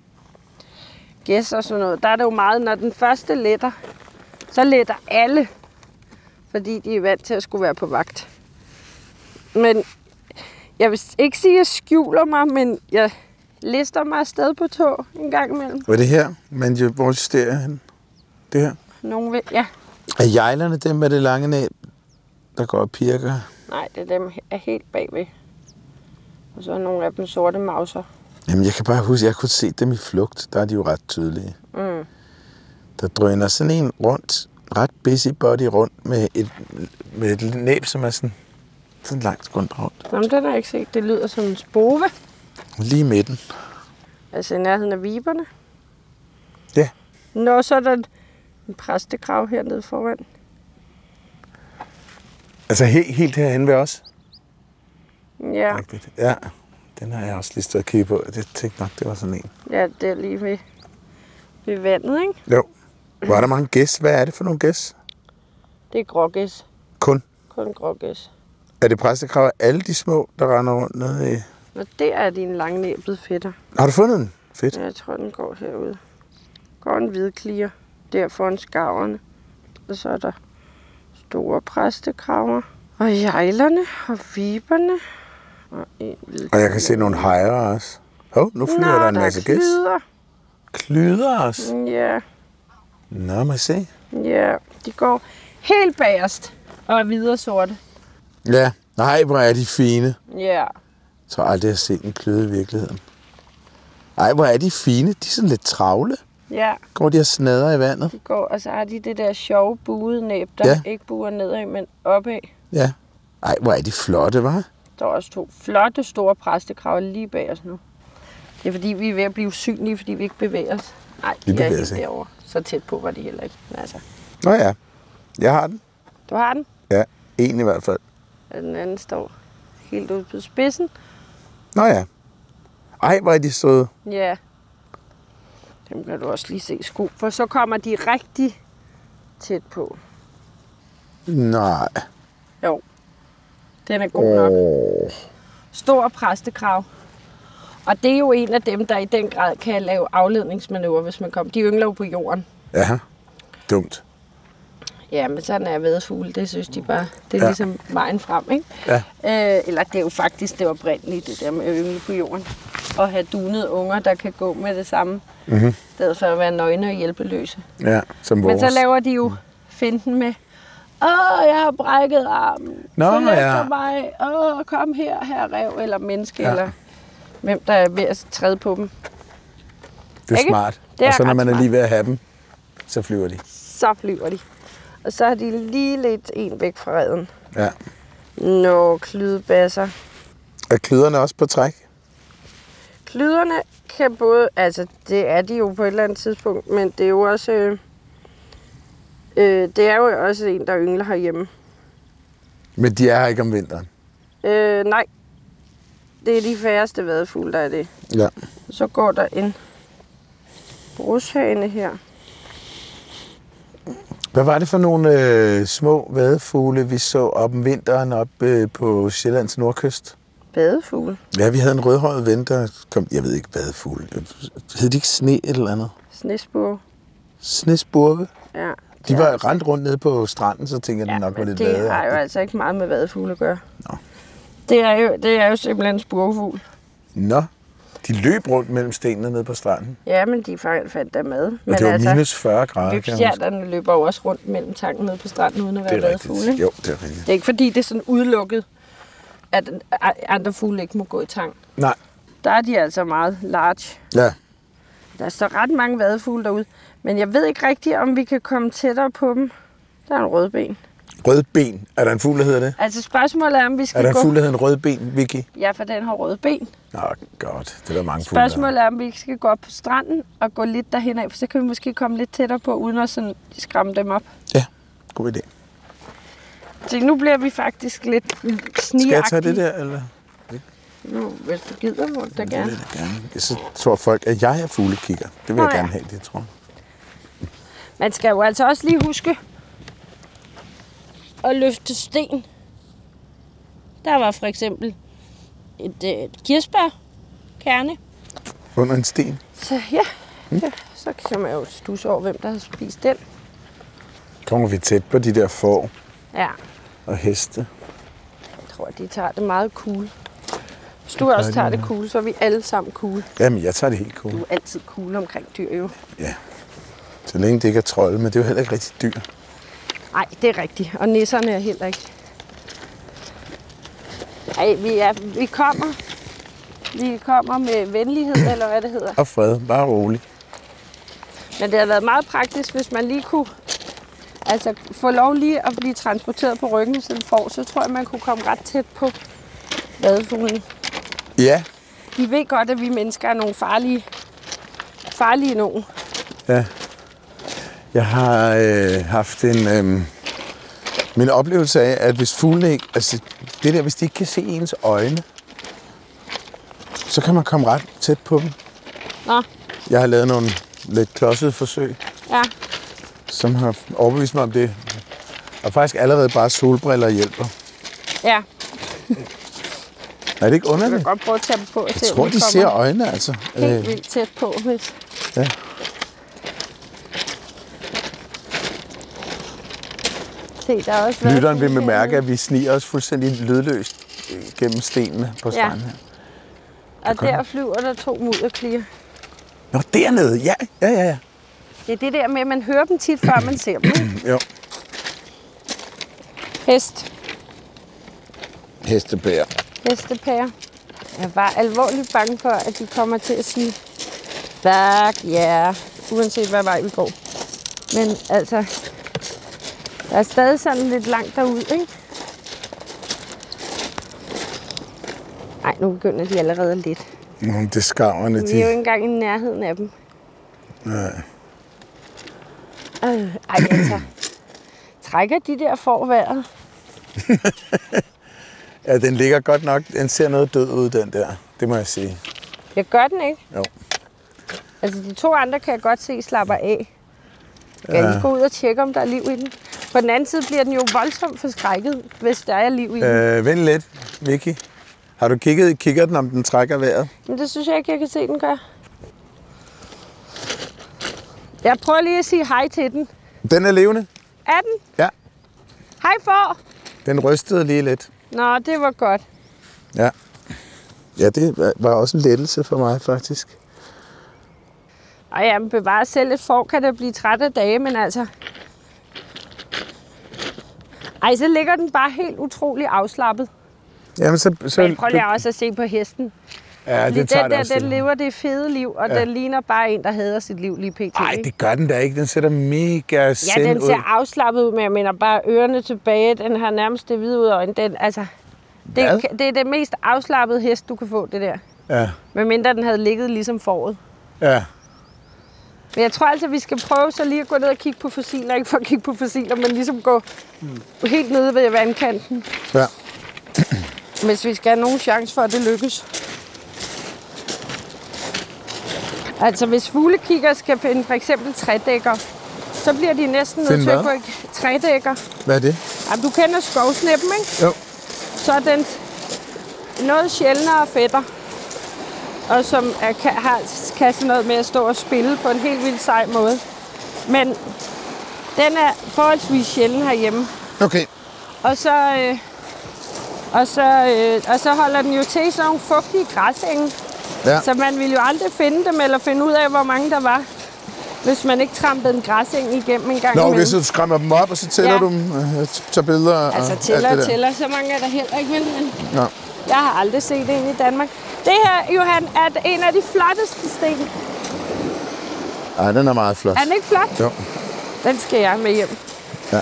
gæs og sådan noget, der er det jo meget, når den første letter, så letter alle, fordi de er vant til at skulle være på vagt. Men jeg vil ikke sige, at jeg skjuler mig, men jeg lister mig afsted på tog en gang imellem. Hvad er det her? Men jo, hvor står jeg hen? Det her? Nogle vil, ja. Er jejlerne dem med det lange næb, der går og pirker? Nej, det er dem er helt bagved. Og så er nogle af dem sorte mauser. Jamen, jeg kan bare huske, at jeg kunne se dem i flugt. Der er de jo ret tydelige. Mm. Der drøner sådan en rundt, ret busybody rundt med et, med et næb, som er sådan, sådan langt rundt rundt. Nå, men den har jeg ikke set. Det lyder som en spove. Lige i midten. Altså i nærheden af viberne. Ja. Nå, så er der en præstegrav hernede foran. Altså helt, helt herhen ved os? Ja, Rigtigt. Ja, den har jeg også lige stået og kigge på. Det tænkte nok, det var sådan en. ja, det er lige ved, ved vandet, ikke? Jo. Hvor er der mange gæs? Hvad er det for nogle gæs? Det er grågæs. Kun. Kun grågæs. Er det præstekrav af alle de små, der render rundt nede i? Og det er din langnæbede fætter. Har du fundet den? Fedt. Ja, jeg tror, den går herude. Går en hvidklier der foran skarverne. Og så er der store præstekraver. Og jejlerne og viberne. Og, en Og jeg kan se nogle hejrer også. Hov, nu flyver Nå, der en masse der er gæs. klyder. Klyder også? Ja, Nå, må jeg se. ja. De går helt bagerst og er hvide og sorte. Ja. Nej, hvor er de fine. Ja. Jeg tror aldrig, jeg har set en kløde i virkeligheden. Ej, hvor er de fine. De er sådan lidt travle. Ja, Går de og snader i vandet? de går, og så har de det der sjove buede næb, der Ja. ikke buer nedad, men opad. Ja. Ej, hvor er de flotte, hva'? Der er også to flotte, store præstekraver lige bag os nu. Det er fordi, vi er ved at blive usynlige, fordi vi ikke bevæger os. Nej, de, de er helt derovre. Så tæt på var de heller ikke. Men altså. Nå ja, jeg har den. Du har den? Ja, en i hvert fald. Og den anden står helt ude på spidsen. Nå ja. Ej, hvor er de søde. Ja. Dem kan du også lige se sko, for så kommer de rigtig tæt på. Nej. Jo. Den er god nok. Oh. Stor præstekrav. Og det er jo en af dem, der i den grad kan lave afledningsmanøvrer, hvis man kommer. De yngler jo på jorden. Ja, dumt. Ja, men sådan er væddefugle. Det synes de bare, det er ja. ligesom vejen frem, ikke? Ja. Øh, eller det er jo faktisk det oprindelige, det der med at yngle på jorden. Og have dunede unger, der kan gå med det samme. Mm-hmm. I stedet for at være nøgne og hjælpeløse. Ja, som vores. Men så laver de jo finten med, åh, jeg har brækket armen. Nå, Følg efter ja. mig. Åh, kom her, her rev, eller menneske, ja. eller hvem der er ved at træde på dem. Det er ikke? smart. Det er og så når man smart. er lige ved at have dem, så flyver de. Så flyver de. Og så har de lige lidt en væk fra redden. Ja. Nå, klydebasser. Er klyderne også på træk? Klyderne kan både, altså det er de jo på et eller andet tidspunkt, men det er jo også, øh, øh, det er jo også en, der yngler herhjemme. Men de er her ikke om vinteren? Øh, nej, det er de færreste vadefugle, der er det. Ja. Så går der en brushane her. Hvad var det for nogle øh, små vadefugle, vi så op om vinteren op øh, på Sjællands nordkyst? Vadefugle? Ja, vi havde en rødhåret ven, der kom, jeg ved ikke, vadefugle. Hed de ikke sne eller andet? Snesburg. Snesburve? Ja. De var altså rendt rundt nede på stranden, så tænker jeg, ja, det nok var lidt det vade. Det har jo altså ikke meget med vadefugle at gøre. Nå. Det er jo, det er jo simpelthen spurvefugl. Nå, de løb rundt mellem stenene nede på stranden. Ja, men de fandt der mad. Og men det var altså, minus fyrre grader, kan jeg huske. løbstjernerne løber jo også rundt mellem tanken nede på stranden, uden at være vadefugle. Jo, det er rigtigt. Det er ikke fordi, det er sådan udelukket, at andre fugle ikke må gå i tang. Nej. Der er de altså meget large. Ja. Der står ret mange vadefugle derude, men jeg ved ikke rigtigt, om vi kan komme tættere på dem. Der er en rødben. Rødben. Er der en fugl, der hedder det? Altså spørgsmålet er, om vi skal gå... Er der en gå... fugl, der hedder en rødben, Vicky? Ja, for den har røde ben. Nå, godt. Det er der mange fugle. Spørgsmålet er, om vi skal gå op på stranden og gå lidt derhen af, for så kan vi måske komme lidt tættere på, uden at sådan skræmme dem op. Ja, god idé. Så nu bliver vi faktisk lidt snigagtige. Skal jeg tage det der, eller? Nu, hvis du gider, må du da gerne. Det vil jeg gerne. Så tror folk, at jeg er fuglekigger. Det vil Nå, jeg gerne ja. have, det tror jeg. Man skal jo altså også lige huske at løfte sten. Der var for eksempel et, et kirsebærkerne. Under en sten? Så ja, mm. ja, så kan man jo stusse over, hvem der har spist den. Kommer vi tæt på de der får Ja, og heste? jeg tror, de tager det meget cool. Hvis du også tager det cool, så er vi alle sammen cool. Jamen, jeg tager det helt cool. Du er altid cool omkring dyr, jo. Ja. Så længe det ikke er trolde, men det er jo heller ikke rigtig dyr. Nej, det er rigtigt. Og nisserne er heller ikke. Nej, vi, er, vi kommer. Vi kommer med venlighed, eller hvad det hedder. Og fred, bare rolig. Men det har været meget praktisk, hvis man lige kunne altså, få lov lige at blive transporteret på ryggen, så den får, så tror jeg, man kunne komme ret tæt på vadefuglen. Ja. De ved godt, at vi mennesker er nogle farlige, farlige nogen. Ja. Jeg har øh, haft en øh, min oplevelse af, at hvis fuglene ikke, altså det der, hvis de ikke kan se ens øjne, så kan man komme ret tæt på dem. Nå. Jeg har lavet nogle lidt klodsede forsøg, Ja. som har overbevist mig om det. Og faktisk allerede bare solbriller hjælper. Ja. Er det ikke Jeg underligt? kan godt prøve at tage dem på og Jeg se, tror, om de ser øjnene, altså. helt vildt tæt på. Hvis... Ja. Se, der er også Lytteren vil bemærke, at vi sniger os fuldstændig lydløst gennem stenene på stranden her. Og der flyver der to mudderklier. Nå, dernede. Ja, ja, ja. ja. Det er det der med, at man hører dem tit, før man ser dem. Jo. Hest. Hestepærer. Hestepærer. Jeg var alvorligt bange for, at de kommer til at sige, fuck yeah, uanset hvad vej vi går. Men altså, der er stadig sådan lidt langt derude, ikke? Nej, nu begynder de allerede lidt. Nå, det er skarverne, Vi de... er jo ikke engang i nærheden af dem. Nej. Øh, ej, altså. Trækker de der får vejret? Ja, den ligger godt nok... Den ser noget død ud, den der. Det må jeg sige. Jeg gør den ikke. Jo. Altså, de to andre kan jeg godt se slapper af. Skal jeg Ja. lige gå ud og tjekke, om der er liv i den? På den anden side bliver den jo voldsomt forskrækket, hvis der er liv i den. Øh, vent lidt, Vicky. Har du kigget i kikkerten, om den trækker vejret? Men det synes jeg ikke, jeg kan se, den gør. Jeg prøver lige at sige hej til den. Den er levende. Er den? Ja. Hej for! Den rystede lige lidt. Nå, det var godt. Ja. Ja, det var også en lettelse for mig, faktisk. Og jamen, bevare selv et får, kan da blive træt af dage, men altså... Ej, så ligger den bare helt utrolig afslappet. Jamen, så... så Men prøv lige også at se på hesten. Ja, Fordi det tager den det der, også. den lever det fede liv, og Ja. den ligner bare en, der hader sit liv lige pt. Nej, ikke? det gør den da ikke. Den sætter mega Ja, sind den ud. ser afslappet ud, men jeg mener bare ørerne tilbage. Den har nærmest det hvide ud af øjnene. Den, altså, Hvad? det, det er det mest afslappede hest, du kan få, det der. Ja, Medmindre den havde ligget ligesom foråret. ja. Men jeg tror altså, vi skal prøve så lige at gå ned og kigge på fossiler. Ikke for at kigge på fossiler, men ligesom gå mm. helt nede ved vandkanten. Ja. Hvis vi skal have nogen chance for, at det lykkes. Altså, hvis fuglekigger skal finde for eksempel trædækker, så bliver de næsten nødt Finde til at hvad? gå i trædækker. Hvad er det? Jamen, du kender skovsneppen, ikke? Jo. Så er den noget sjældnere fætter, og som er, kan, har, kan sådan noget med at stå og spille på en helt vildt sej måde. Men den er forholdsvis sjælden herhjemme. Okay. Og så, øh, og så, øh, og så holder den jo til i sådan nogle fugtige græsenge. Ja. Så man ville jo aldrig finde dem, eller finde ud af, hvor mange der var, hvis man ikke trampede en græseng igennem en gang Nå, okay, imellem. så du skræmmer dem op, og så tæller Ja. du dem, øh, tager billeder og Altså alt tæller det og der. tæller, så mange er der heller ikke, vel? Men Ja. jeg har aldrig set en i Danmark. Det her, Johan, er en af de flotteste sten. Ej, den er meget flot. Er den ikke flot? Jo. Den skal jeg med hjem. Ja.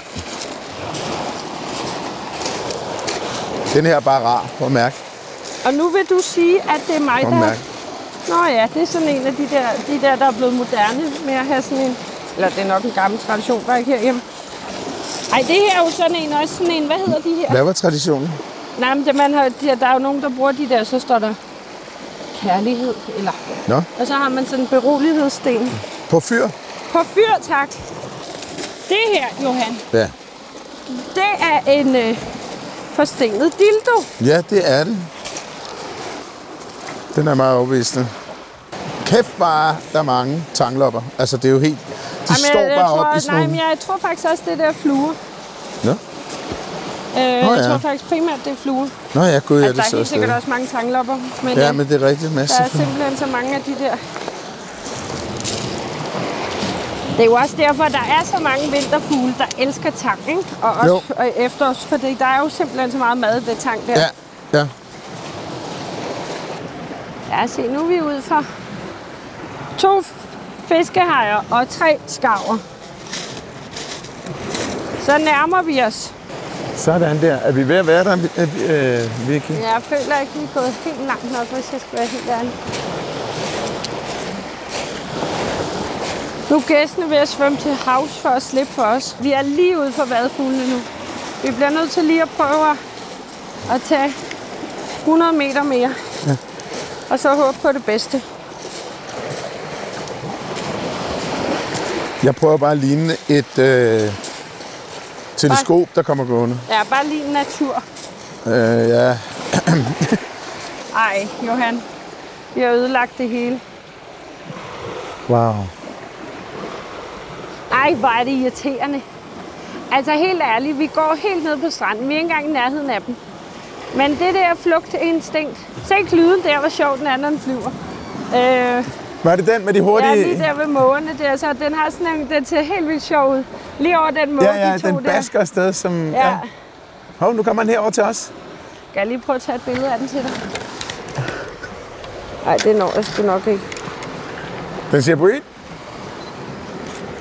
Den her er bare rar at mærke. Og nu vil du sige, at det er mig, At der... mærke. Nå ja, det er sådan en af de der, de der, der er blevet moderne med at have sådan en... Eller det er nok en gammel tradition, bare ikke herhjemme. Ej, det her er jo sådan en, også sådan en... Hvad hedder de her? Hvad var traditionen? Nej, men det, man har, der, der er jo nogen, der bruger de der, så står der kærlighed, eller... Nå, Og så har man sådan en berolighedssten. på fyr? På fyr, tak. Det her, Johan, Ja. det er en øh, forstenet dildo. Ja, det er det. Den er meget overbevisende. Kæft bare, der er mange tanglopper. Altså, det er jo helt... De Jamen, står jeg, jeg bare tror, op i sådan Nej, men nogle... jeg tror faktisk også, det der er fluer. Nå, Øh, Nå, jeg ja. tror faktisk primært, det er fluer. Nå ja, gud, ja, Altså, det der er så helt sikkert stadig. også mange tanglopper. Men, Ja, øh, men det er rigtigt der masse. er simpelthen så mange af de der. Det er jo også derfor, der er så mange vinterfugle, der elsker tang, ikke? Og også og efterårs, fordi der er jo simpelthen så meget mad i det tang der. Ja, ja. Ja, se, nu er vi ude for to fiskehajer og tre skarver. Så nærmer vi os. Sådan der. Er vi ved at være der, øh, Vicky? Jeg føler ikke, vi er gået helt langt nok, hvis jeg skal være helt ærlig. Nu er gæstene ved at svømme til havs for at slippe for os. Vi er lige ude for vadefuglene nu. Vi bliver nødt til lige at prøve at tage hundrede meter mere. Ja. Og så håbe på det bedste. Jeg prøver bare at ligne et øh, teleskop, der kommer gående. Ja, bare lige natur. Øh, ja. Ej, Johan. Vi har ødelagt det hele. Wow. Ej, hvor er det irriterende. Altså helt ærligt, vi går helt ned på stranden. Vi er ikke engang i nærheden af dem. Men det der flugtinstinkt. Se lyden der, hvor sjov den er, når den flyver. Øh, Var det den med de hurtige... ja, lige der ved mågerne der. Så den har sådan en, den ser helt vildt sjov ud. Lige over den måge, Ja, ja, de to den basker afsted, som... der. Ja. Ja. Hov, nu kommer han herover til os. Skal jeg lige prøve at tage et billede af den til dig? Nej, det når jeg sgu nok ikke. Den siger breed.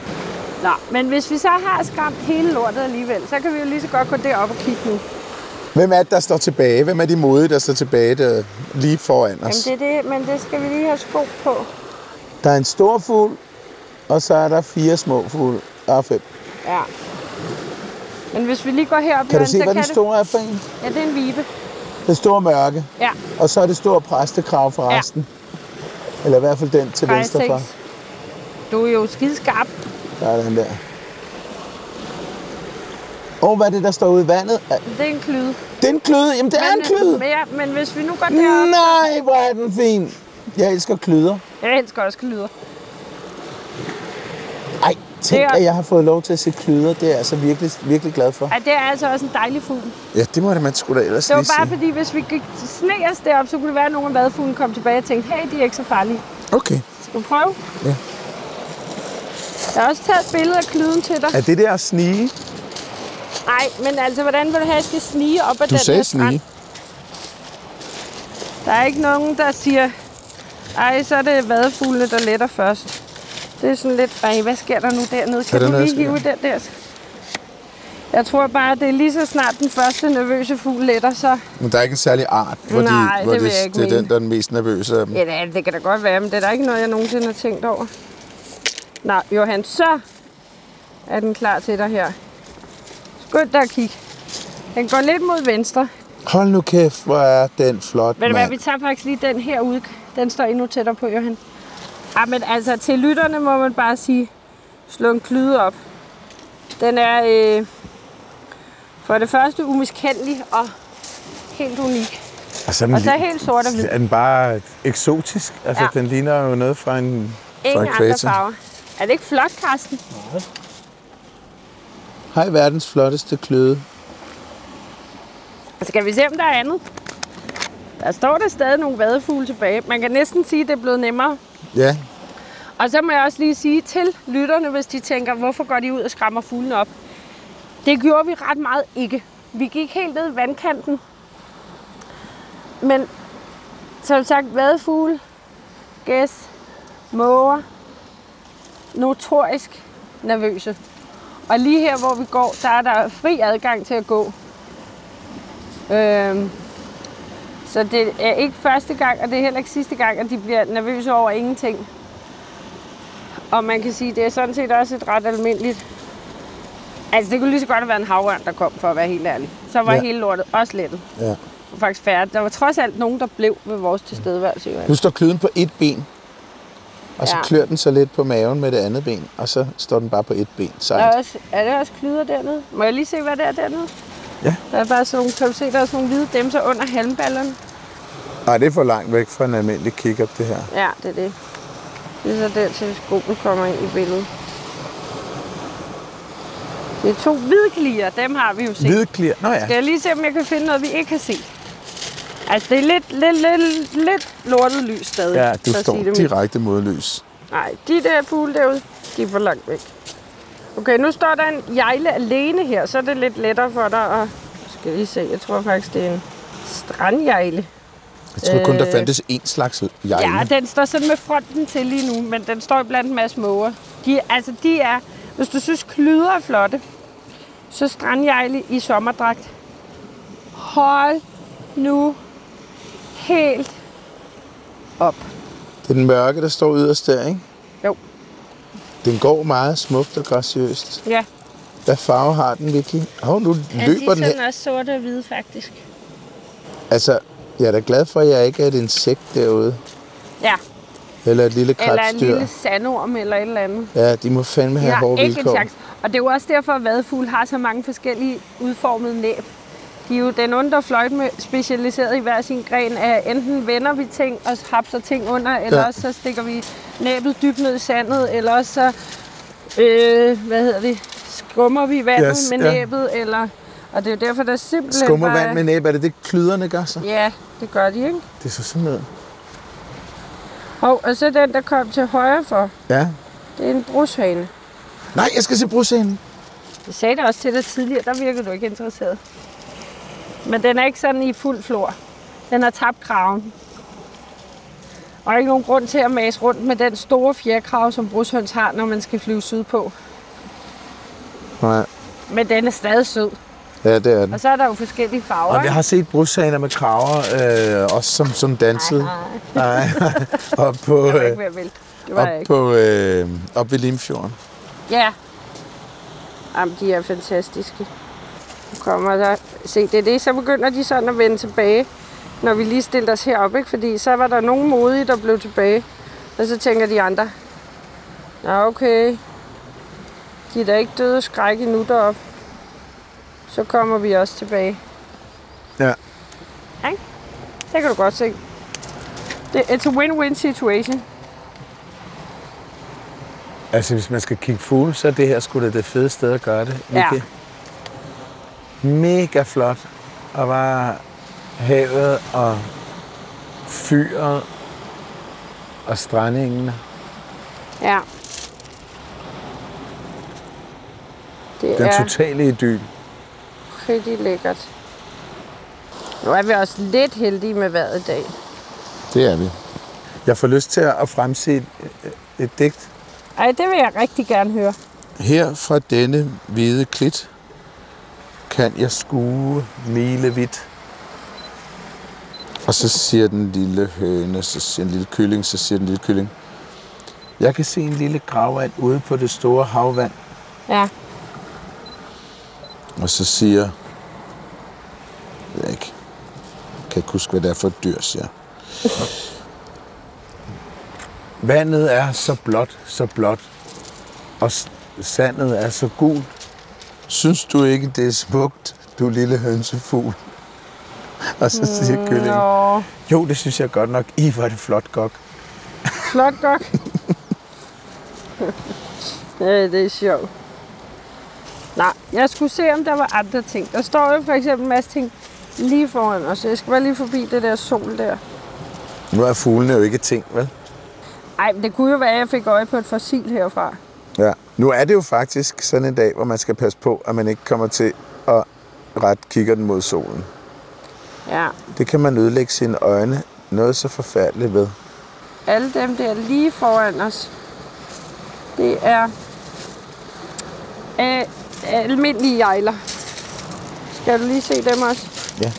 Nå, men hvis vi så har skræmt hele lortet alligevel, så kan vi jo lige så godt gå derop og kigge nu. Hvem er det, der står tilbage? Hvem er de modige, der står tilbage der, lige foran os? Jamen det er det, men det skal vi lige have sko på. Der er en stor fugl, og så er der fire små fugle. Ah, fem. Ja. Men hvis vi lige går herop, Kan du se, så hvad kan den store er for en? Ja, det er en vibe. Den store mørke. Ja. Og så er det store præstekrav for resten. Ja. Eller i hvert fald den til venstre for. Du er jo skideskarp. Der er den der. Og hvad er det, der står ude i vandet? Det er en klyde. Det er en klyde? Jamen, det men, er en klyde! Men, ja, men hvis vi nu går derop... Nej, hvor er den fin! Jeg elsker klyder. Jeg elsker også klyder. Ej, tænk, er... at jeg har fået lov til at se klyder. Det er jeg altså virkelig, virkelig glad for. Ej, det er altså også en dejlig fugl. Ja, det må det man sgu da ellers lige sige. Det var bare sige. fordi, hvis vi gik sne os derop, så kunne det være, at nogle af vadfuglene kom tilbage og tænkte, hey, de er ikke så farlige. Okay. Skal vi prøve? Ja. Jeg har også taget et billede af klyden til dig. Er det der at snige? Nej, men altså, hvordan vil du have, at jeg skal snige op ad du den sagde her strand? snige. Der er ikke nogen, der siger, ej, så er det vadefuglene, der letter først. Det er sådan lidt, ej, hvad sker der nu dernede? Kan du lige hive den der? Jeg tror bare, det er lige så snart den første nervøse fugl letter, så... Men der er ikke en særlig art, hvor, Nej, de, hvor det, det, det, det er den, der er den mest nervøse af dem. Ja, det, er, det kan da godt være, men det er da ikke noget, jeg nogensinde har tænkt over. Nej, Johan, så er den klar til dig her. Skynd dig og kig. Den går lidt mod venstre. Hold nu kæft, hvor er den flot, Ved du hvad, mand. vi tager faktisk lige den her ud. Den står endnu tættere på, Johan. Ja, men altså, til lytterne må man bare sige, slå en klyde op. Den er øh, for det første umiskendelig og helt unik. Altså, og så helt sort og hvid. Er den bare eksotisk? Altså, Ja. den ligner jo noget fra en Ingen fra en andre kvæter. farver. Er det ikke flot, Karsten? Nej. Hej, verdens flotteste kløde. Skal vi se, om der er andet? Der står der stadig nogle vadefugle tilbage. Man kan næsten sige, at det er blevet nemmere. Ja. Og så må jeg også lige sige til lytterne, hvis de tænker, hvorfor går de ud og skræmmer fuglene op? Det gjorde vi ret meget ikke. Vi gik helt ned i vandkanten. Men som sagt, vadefugle, gæs, måger, notorisk nervøse. Og lige her, hvor vi går, der er der fri adgang til at gå. Øhm, så det er ikke første gang, og det er heller ikke sidste gang, at de bliver nervøse over ingenting. Og man kan sige, at det er sådan set også et ret almindeligt... Altså, det kunne lige så godt have været en havørn, der kom, for at være helt ærlig. Så var ja. hele lortet også lettet. Ja. Og faktisk færdigt. Der var trods alt nogen, der blev ved vores tilstedeværelse. Nu står kløden på et ben. Og så ja. klør den så lidt på maven med det andet ben. Og så står den bare på et ben. Sejt. Er, også, er det også klyder dernede? Må jeg lige se, hvad det er dernede? Ja. Der er bare sådan, kan du se, der er sådan nogle hvide dæmser under halmballerne. Nej, det er for langt væk fra en almindelig kick-up, det her. Ja, det er det. Det er så der til skoen kommer ind i billedet. Det er to hvidklier, dem har vi jo set. Hvidklier? Nå ja. Skal jeg lige se, om jeg kan finde noget, vi ikke kan se? Altså, det er lidt, lidt, lidt, lidt lortet lys stadig. Ja, du står direkte mod lys. Nej, de der fugle derude, de er for langt væk. Okay, nu står der en jejle alene her, så er det lidt lettere for dig at... Skal jeg lige se, jeg tror faktisk, det er en strandjejle. Jeg tror kun, der fandtes én slags jejle. Ja, den står sådan med fronten til lige nu, men den står blandt en masse måger. De, altså, de er... Hvis du synes, klyder er flotte, så strandjejle i sommerdragt. Hold nu helt op. Det er den mørke, der står yderst der, ikke? Jo. Den går meget smukt og graciøst. Ja. Hvad farve har den, Vicky? Hov, nu ja, løber den her. De er sådan også sorte og hvide, faktisk. Altså, jeg er da glad for, at jeg ikke er et insekt derude. Ja. Eller et lille krebsdyr. Eller en lille sandorm eller et eller andet. Ja, de må fandme have hårde vilkår. Og det er jo også derfor, at vadefugle har så mange forskellige udformede næb. De er jo den onde, der fløjt med specialiseret i hver sin gren af enten vender vi ting og hapser ting under, eller ja. også så stikker vi næbet dybt ned i sandet, eller også så, øh, hvad hedder det, skummer vi vandet yes, med ja. næbet, eller... Og det er jo derfor, der er simpelthen Skummer bare... vand med næb, er det det, klyderne gør så? Ja, det gør de, ikke? Det er så sådan noget. Og, og så den, der kom til højre for. Ja. Det er en brushane. Nej, jeg skal se brushanen. Jeg sagde det også til dig tidligere, der virkede du ikke interesseret. Men den er ikke sådan i fuld flor. Den har tabt kraven. Og ikke nogen grund til at mase rundt med den store fjerkrave, som brushøns har, når man skal flyve sydpå. Nej. Men den er stadig sød. Ja, det er den. Og så er der jo forskellige farver. Og jeg har set brushaner med kraver, øh, også som, som dansede. Nej, nej. Op på, det var øh, ikke ved at vælte. Det var op, jeg ikke. på, øh, op ved Limfjorden. Ja. Jamen, de er fantastiske. Nu kommer der... Se, det er det, så begynder de sådan at vende tilbage, når vi lige stillede os herop, ikke? Fordi så var der nogen modige, der blev tilbage. Og så tænker de andre, ja, okay, de er da ikke døde af skræk endnu deroppe. Så kommer vi også tilbage. Ja. Ja, det kan du godt se. Det, it's a win-win situation. Altså, hvis man skal kigge fugle, så er det her sgu da det fede sted at gøre det. Ja. Ikke? Mega flot. Og bare havet og fyret og strandingene. Ja. Det Den er totale idyl. rigtig lækkert. Nu er vi også lidt heldige med vejret i dag. Det er vi. Jeg får lyst til at fremse et, et digt. Ej, det vil jeg rigtig gerne høre. Her fra denne hvide klit kan jeg skue milevidt. Og så siger den lille høne, så siger en lille kylling, så siger den lille kylling. Jeg kan se en lille gravand ude på det store havvand. Ja. Og så siger... Jeg ved ikke. Jeg kan ikke huske, hvad det er for et dyr, siger. Vandet er så blåt, så blåt. Og sandet er så gult. Synes du ikke, det er smukt, du lille hønsefugl? Og så siger mm, kyllingen. Nå. Jo, det synes jeg godt nok. I, hvor er det flot gok. Flot gok. Ja, det er sjovt. Nej, jeg skulle se, om der var andre ting. Der står jo for eksempel en masse ting lige foran os. Jeg skal bare lige forbi det der sol der. Nu er fuglene jo ikke ting, vel? Ej, men det kunne jo være, at jeg fik øje på et fossil herfra. Ja. Nu er det jo faktisk sådan en dag, hvor man skal passe på, at man ikke kommer til at ret kigger den mod solen. Ja. Det kan man ødelægge sine øjne noget så forfærdeligt ved. Alle dem der lige foran os, det er øh, almindelige jejler. Skal du lige se dem også? Ja.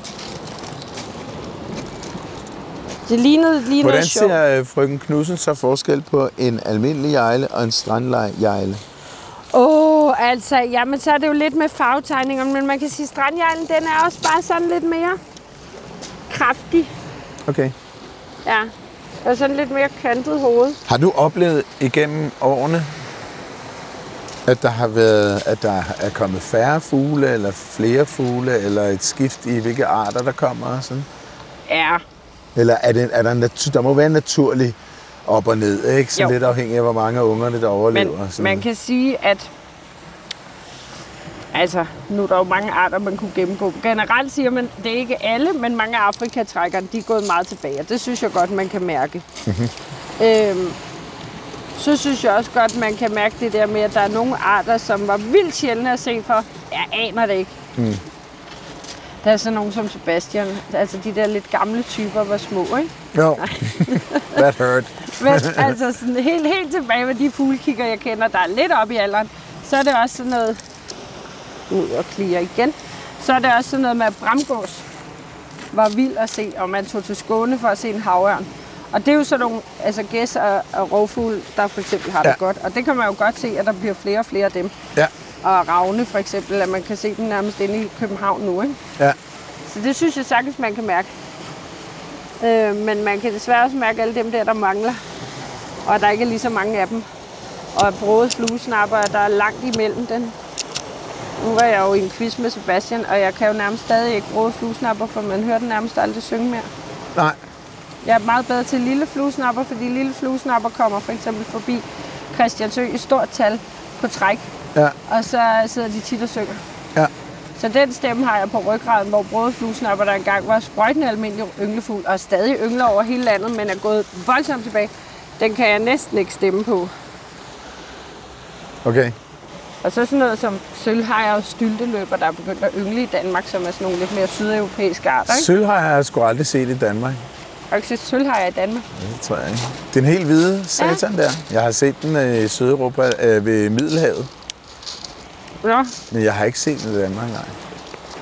Det lignede lige Hvordan noget sjovt. ser øh, frøken Knudsen så forskel på en almindelig jejle og en strandjejle? Åh, oh, altså, jamen så er det jo lidt med farvetegninger, men man kan sige, at strandjejlen, den er også bare sådan lidt mere kraftig. Okay. Ja, og sådan lidt mere kantet hoved. Har du oplevet igennem årene, at der har været, at der er kommet færre fugle, eller flere fugle, eller et skift i, hvilke arter der kommer og sådan? Ja. Eller er, det, er der, natur, der må være en naturlig op og ned, ikke? Så lidt afhængig af, hvor mange af ungerne, der overlever. Men sådan. man kan sige, at altså, nu er der jo mange arter, man kunne gennemgå. Generelt siger man, det er ikke alle, men mange af afrikatrækkerne, de er gået meget tilbage, og det synes jeg godt, man kan mærke. Mm-hmm. Øhm, så synes jeg også godt, man kan mærke det der med, at der er nogle arter, som var vildt sjældne at se for. Jeg aner det ikke. Mm. Der er sådan nogle som Sebastian, altså de der lidt gamle typer var små, ikke? Jo, that hurt. Men altså sådan helt, helt tilbage med de fuglekigger, jeg kender, der er lidt oppe i alderen, så er det også sådan noget, ud og klier igen, så er det også sådan noget med, at bramgås var vild at se, og man tog til Skåne for at se en havørn. Og det er jo sådan nogle, altså gæs og, og rovfugle, der for eksempel har det ja. godt, og det kan man jo godt se, at der bliver flere og flere af dem. Ja. Og ravne for eksempel, at man kan se den nærmest inde i København nu, ikke? Ja. Så det synes jeg sagtens, man kan mærke. Øh, men man kan desværre også mærke alle dem der, der mangler. Og der ikke er lige så mange af dem. Og broget fluesnapper, der er langt imellem den. Nu var jeg jo i en quiz med Sebastian, og jeg kan jo nærmest stadig ikke broget fluesnapper, for man hører den nærmest aldrig synge mere. Nej. Jeg er meget bedre til lille fluesnapper, fordi lille fluesnapper kommer for eksempel forbi Christiansø i stort tal på træk. Ja. Og så sidder de tit og synger. Ja. Så den stemme har jeg på ryggraden, hvor broget fluesnapper, der engang var sprøjtende almindelig ynglefugl, og stadig yngler over hele landet, men er gået voldsomt tilbage. Den kan jeg næsten ikke stemme på. Okay. Og så sådan noget som sølvhajer og stylteløber, der er begyndt at yngle i Danmark, som er sådan nogle lidt mere sydeuropæiske arter, ikke? Sølvhajer har jeg sgu aldrig set i Danmark. Har du ikke set sølvhajer i Danmark? Det tror jeg ikke. Den helt hvide satan ja. der. Jeg har set den i Sydeuropa øh, ved Middelhavet. Ja. Men jeg har ikke set den i Danmark, nej.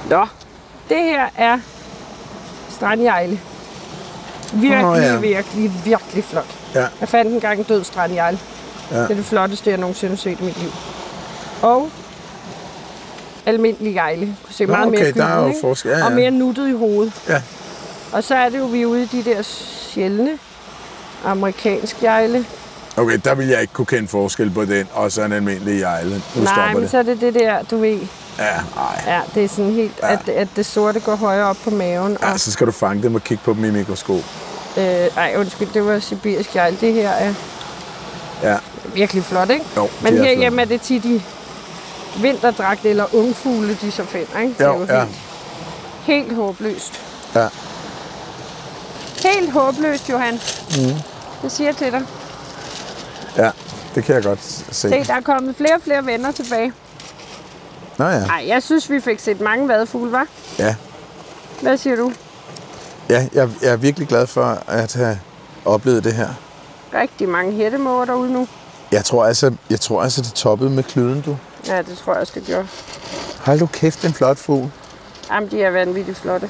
Nå, det her er strandjejle. Virkelig, oh, ja. virkelig, virkelig flot. Ja. Jeg fandt engang en død strandjejle. Ja. Det er det flotteste, jeg nogensinde har set i mit liv. Og almindelig jejle. Du kan se Nå, meget okay, mere gylden, der er jo ikke? forskel. Ja, ja. Og mere nuttet i hovedet. Ja. Og så er det jo, vi er ude i de der sjældne amerikansk jejle. Okay, der vil jeg ikke kunne kende forskel på den, og så en almindelig jejle. Nu Nej, men det. så er det det der, du ved. Ja, nej. Ja, det er sådan helt, ja. at, at det sorte går højere op på maven. Ja, og, så skal du fange dem og kigge på dem i mikroskop. øh, ej, undskyld, det var sibirisk jejle. Det her er ja. virkelig flot, ikke? Jo, men er herhjemme er det tit i vinterdragt eller ungfugle, de så finder, ikke? Det er jo, jo ja. helt, helt håbløst. Ja. Helt håbløst, Johan. Mm. Det siger jeg til dig. Ja, det kan jeg godt se. Se, der er kommet flere og flere venner tilbage. Nå ja. Nej, jeg synes, vi fik set mange vadefugle, hva'? Ja. Hvad siger du? Ja, jeg, jeg er virkelig glad for at have oplevet det her. Rigtig mange hættemåger derude nu. Jeg tror altså, jeg tror altså det toppede med kløden, du. Ja, det tror jeg også, det gjorde. Hold du kæft, en flot fugl. Jamen, de er vanvittigt flotte.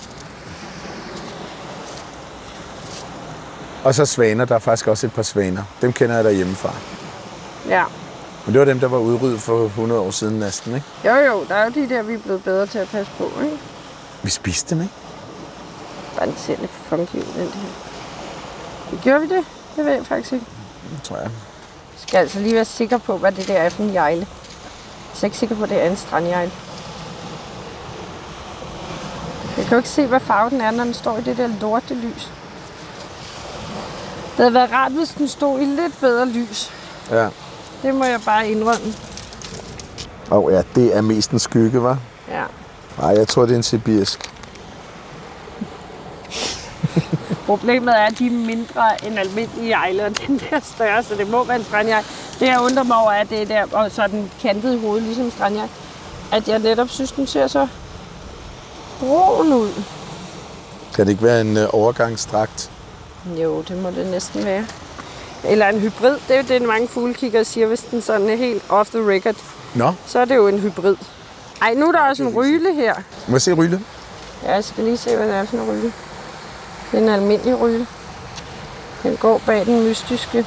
Og så svaner, der er faktisk også et par svaner. Dem kender jeg derhjemmefra. Ja. Men det var dem, der var udryddet for hundrede år siden næsten, ikke? Jo, jo, der er jo de der, vi er blevet bedre til at passe på, ikke? Vi spiste dem, ikke? Bare den ser lidt funky ud, den her. Gjorde vi det? Det ved jeg faktisk ikke. Det tror jeg. Jeg skal altså lige være sikker på, hvad det der er for en jejle. Jeg er ikke sikker på, at det er en strandjejle. Jeg kan jo ikke se, hvad farve den er, når den står i det der lortelys. Det havde været rart, hvis den stod i lidt bedre lys. Ja. Det må jeg bare indrømme. Åh oh, ja, det er mest en skygge, hva'? Ja. Nej, jeg tror, det er en sibirisk. Problemet er, at de er mindre end almindelige jejle, og den der større, så det må være en strandjejle. Det jeg undrer mig over, er det der, og så den kantede hoved, ligesom strandjejle, at jeg netop synes, den ser så brun ud. Kan det ikke være en øh, overgangsdragt? Jo, det må det næsten være. Eller en hybrid. Det er jo det, mange fuglekigger siger, hvis den sådan er helt off the record. Nå. Så er det jo en hybrid. Ej, nu er der også en ryle her. Må jeg se ryle? Ja, jeg skal lige se, hvad det er for en ryle. Det er en almindelig ryle. Den går bag den mystiske...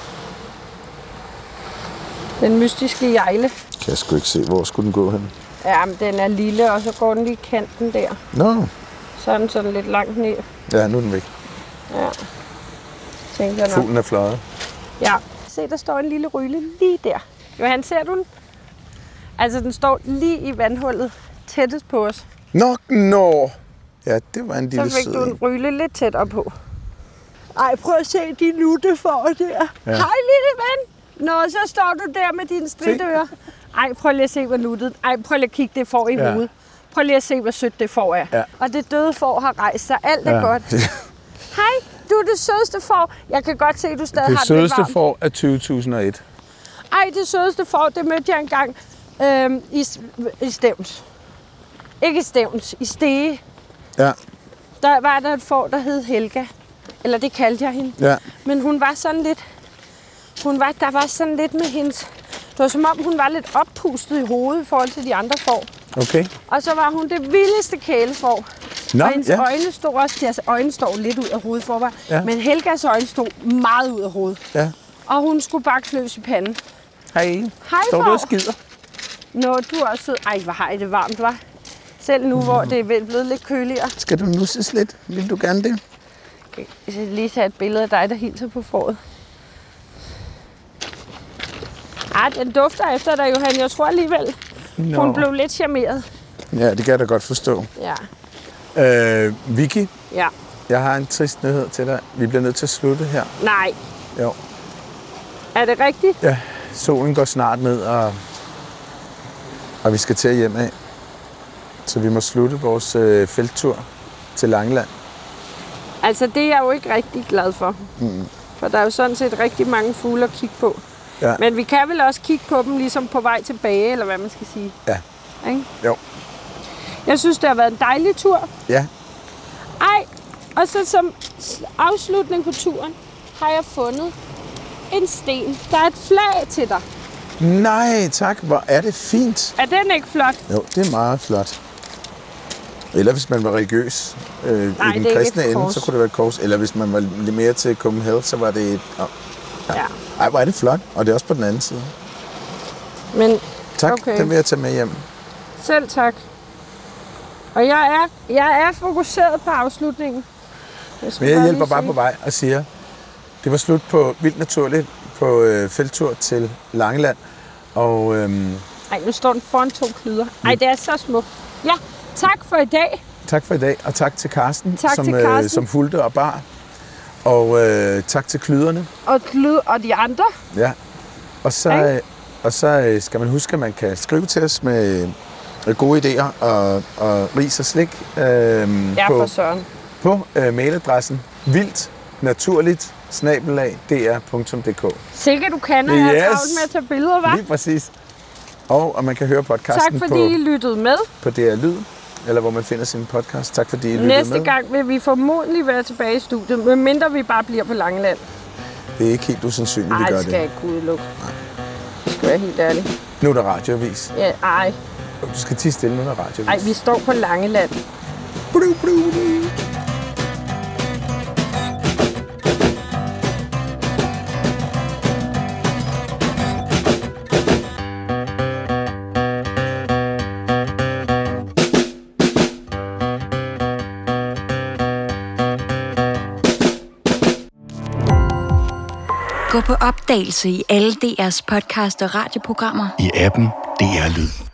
Den mystiske jejle. Kan jeg sgu ikke se, hvor skulle den gå hen? Ja, men den er lille, og så går den lige i kanten der. Nå. Så er den sådan lidt langt ned. Ja, nu er den væk. Ja. Tænker jeg nok. Fuglen er fløjet. Ja. Se, der står en lille ryle lige der. Johan, ser du den? Altså, den står lige i vandhullet, tættest på os. Nå, nå. Ja, det var en lille Så fik du en ryle lidt tættere på. Ej, prøv at se de nuttefor der. Ja. Hej, lille ven. Nå, så står du der med dine stridører. Ej, prøv lige at se, hvor nuttet. Ej, prøv lige at kigge det får i ja. hovedet. Prøv lige at se, hvor sødt det får er. Ja. Og det døde får har rejst sig. Alt er ja. godt. Hej, du er det sødeste får. Jeg kan godt se, at du stadig det har det varmt. Det sødeste får er tyve tusind og et. Ej, det sødeste får, det mødte jeg engang øhm, i, i Stevns. Ikke i Stevns, i Stege. Ja. Der var der et får, der hed Helga. Eller det kaldte jeg hende. Ja. Men hun var sådan lidt... Hun var, der var sådan lidt med hendes... Det var som om, hun var lidt oppustet i hovedet i forhold til de andre får. Okay. Og så var hun det vildeste kælefor. Nå, og hendes ja. øjne stod også... Deres øjne stod lidt ud af hovedet for mig. Ja. Men Helgas øjne stod meget ud af hovedet. Ja. Og hun skulle bakke løs i panden. Hej. Hej, står du og skider? Nå, du er også sød. Ej, hvor har I det varmt, hva'? Selv nu, mm. hvor det er blevet lidt køligere. Skal du nusses lidt? Vil du gerne det? Okay, jeg skal lige tage et billede af dig, der hilser på fåret. Ah, den dufter efter dig, Johan. Jeg tror alligevel, Nå. hun blev lidt charmeret. Ja, det kan jeg da godt forstå. Ja. Øh, Vicky? Ja. Jeg har en trist nyhed til dig. Vi bliver nødt til at slutte her. Nej. Jo. Er det rigtigt? Ja, solen går snart ned, og, og vi skal til hjem af. Så vi må slutte vores øh, felttur til Langeland. Altså, det er jeg jo ikke rigtig glad for. Mm. For der er jo sådan set rigtig mange fugle at kigge på. Ja. Men vi kan vel også kigge på dem ligesom på vej tilbage, eller hvad man skal sige. Ja. Ikke? Jo. Jeg synes, det har været en dejlig tur. Ja. Ej, og så som afslutning på turen har jeg fundet en sten. Der er et flag til dig. Nej, tak. Hvor er det fint. Er den ikke flot? Jo, det er meget flot. Eller hvis man var religiøs øh, Nej, i den det er kristne ikke et ende, kors. så kunne det være et kors. Eller hvis man var lidt mere til Copenhagen, så var det et... Oh, ja. Ja. Ej, hvor er det flot. Og det er også på den anden side. Men Tak, okay. den vil jeg tage med hjem. Selv tak. Og jeg er, jeg er fokuseret på afslutningen. Jeg Men jeg hjælper lige bare sige- på vej og siger, det var slut på Vildt Naturligt på øh, felttur til Langeland. Og øhm, Ej, nu står den foran to klyder. Ej, det er så smukt. Ja, tak for i dag. tak for i dag, og tak til Karsten, Tak som, til Karsten. Øh, som fulgte og bar. Og øh, tak til klyderne. Og klyd og de andre. Ja. Og så, Hej. øh, og så øh, skal man huske, at man kan skrive til os med øh, gode idéer og, og ris og slik øh, Ja, for på, søren. på øh, mailadressen vildt naturligt snabel-a d r punktum d k. Sikkert du kan, at jeg Yes. har travlt med at tage billeder, hva'? Lige præcis. Og, og man kan høre Tak podcasten fordi på, I lyttede med. på D R Lyd, eller hvor man finder sin podcast. Tak fordi I lyttede Næste med. gang vil vi formodentlig være tilbage i studiet, medmindre vi bare bliver på Langeland. Det er ikke helt usandsynligt, Nej, vi gør det skal jeg det. ikke kunne udelukke. Det skal være helt ærlig. Nu er der radioavis. Ja, ej. Du skal tige stille, nu er der radioavis. Ej, vi står på Langeland. Blu, blu, blu. Gå på opdagelse i alle D R's podcast og radioprogrammer. I appen D R Lyd.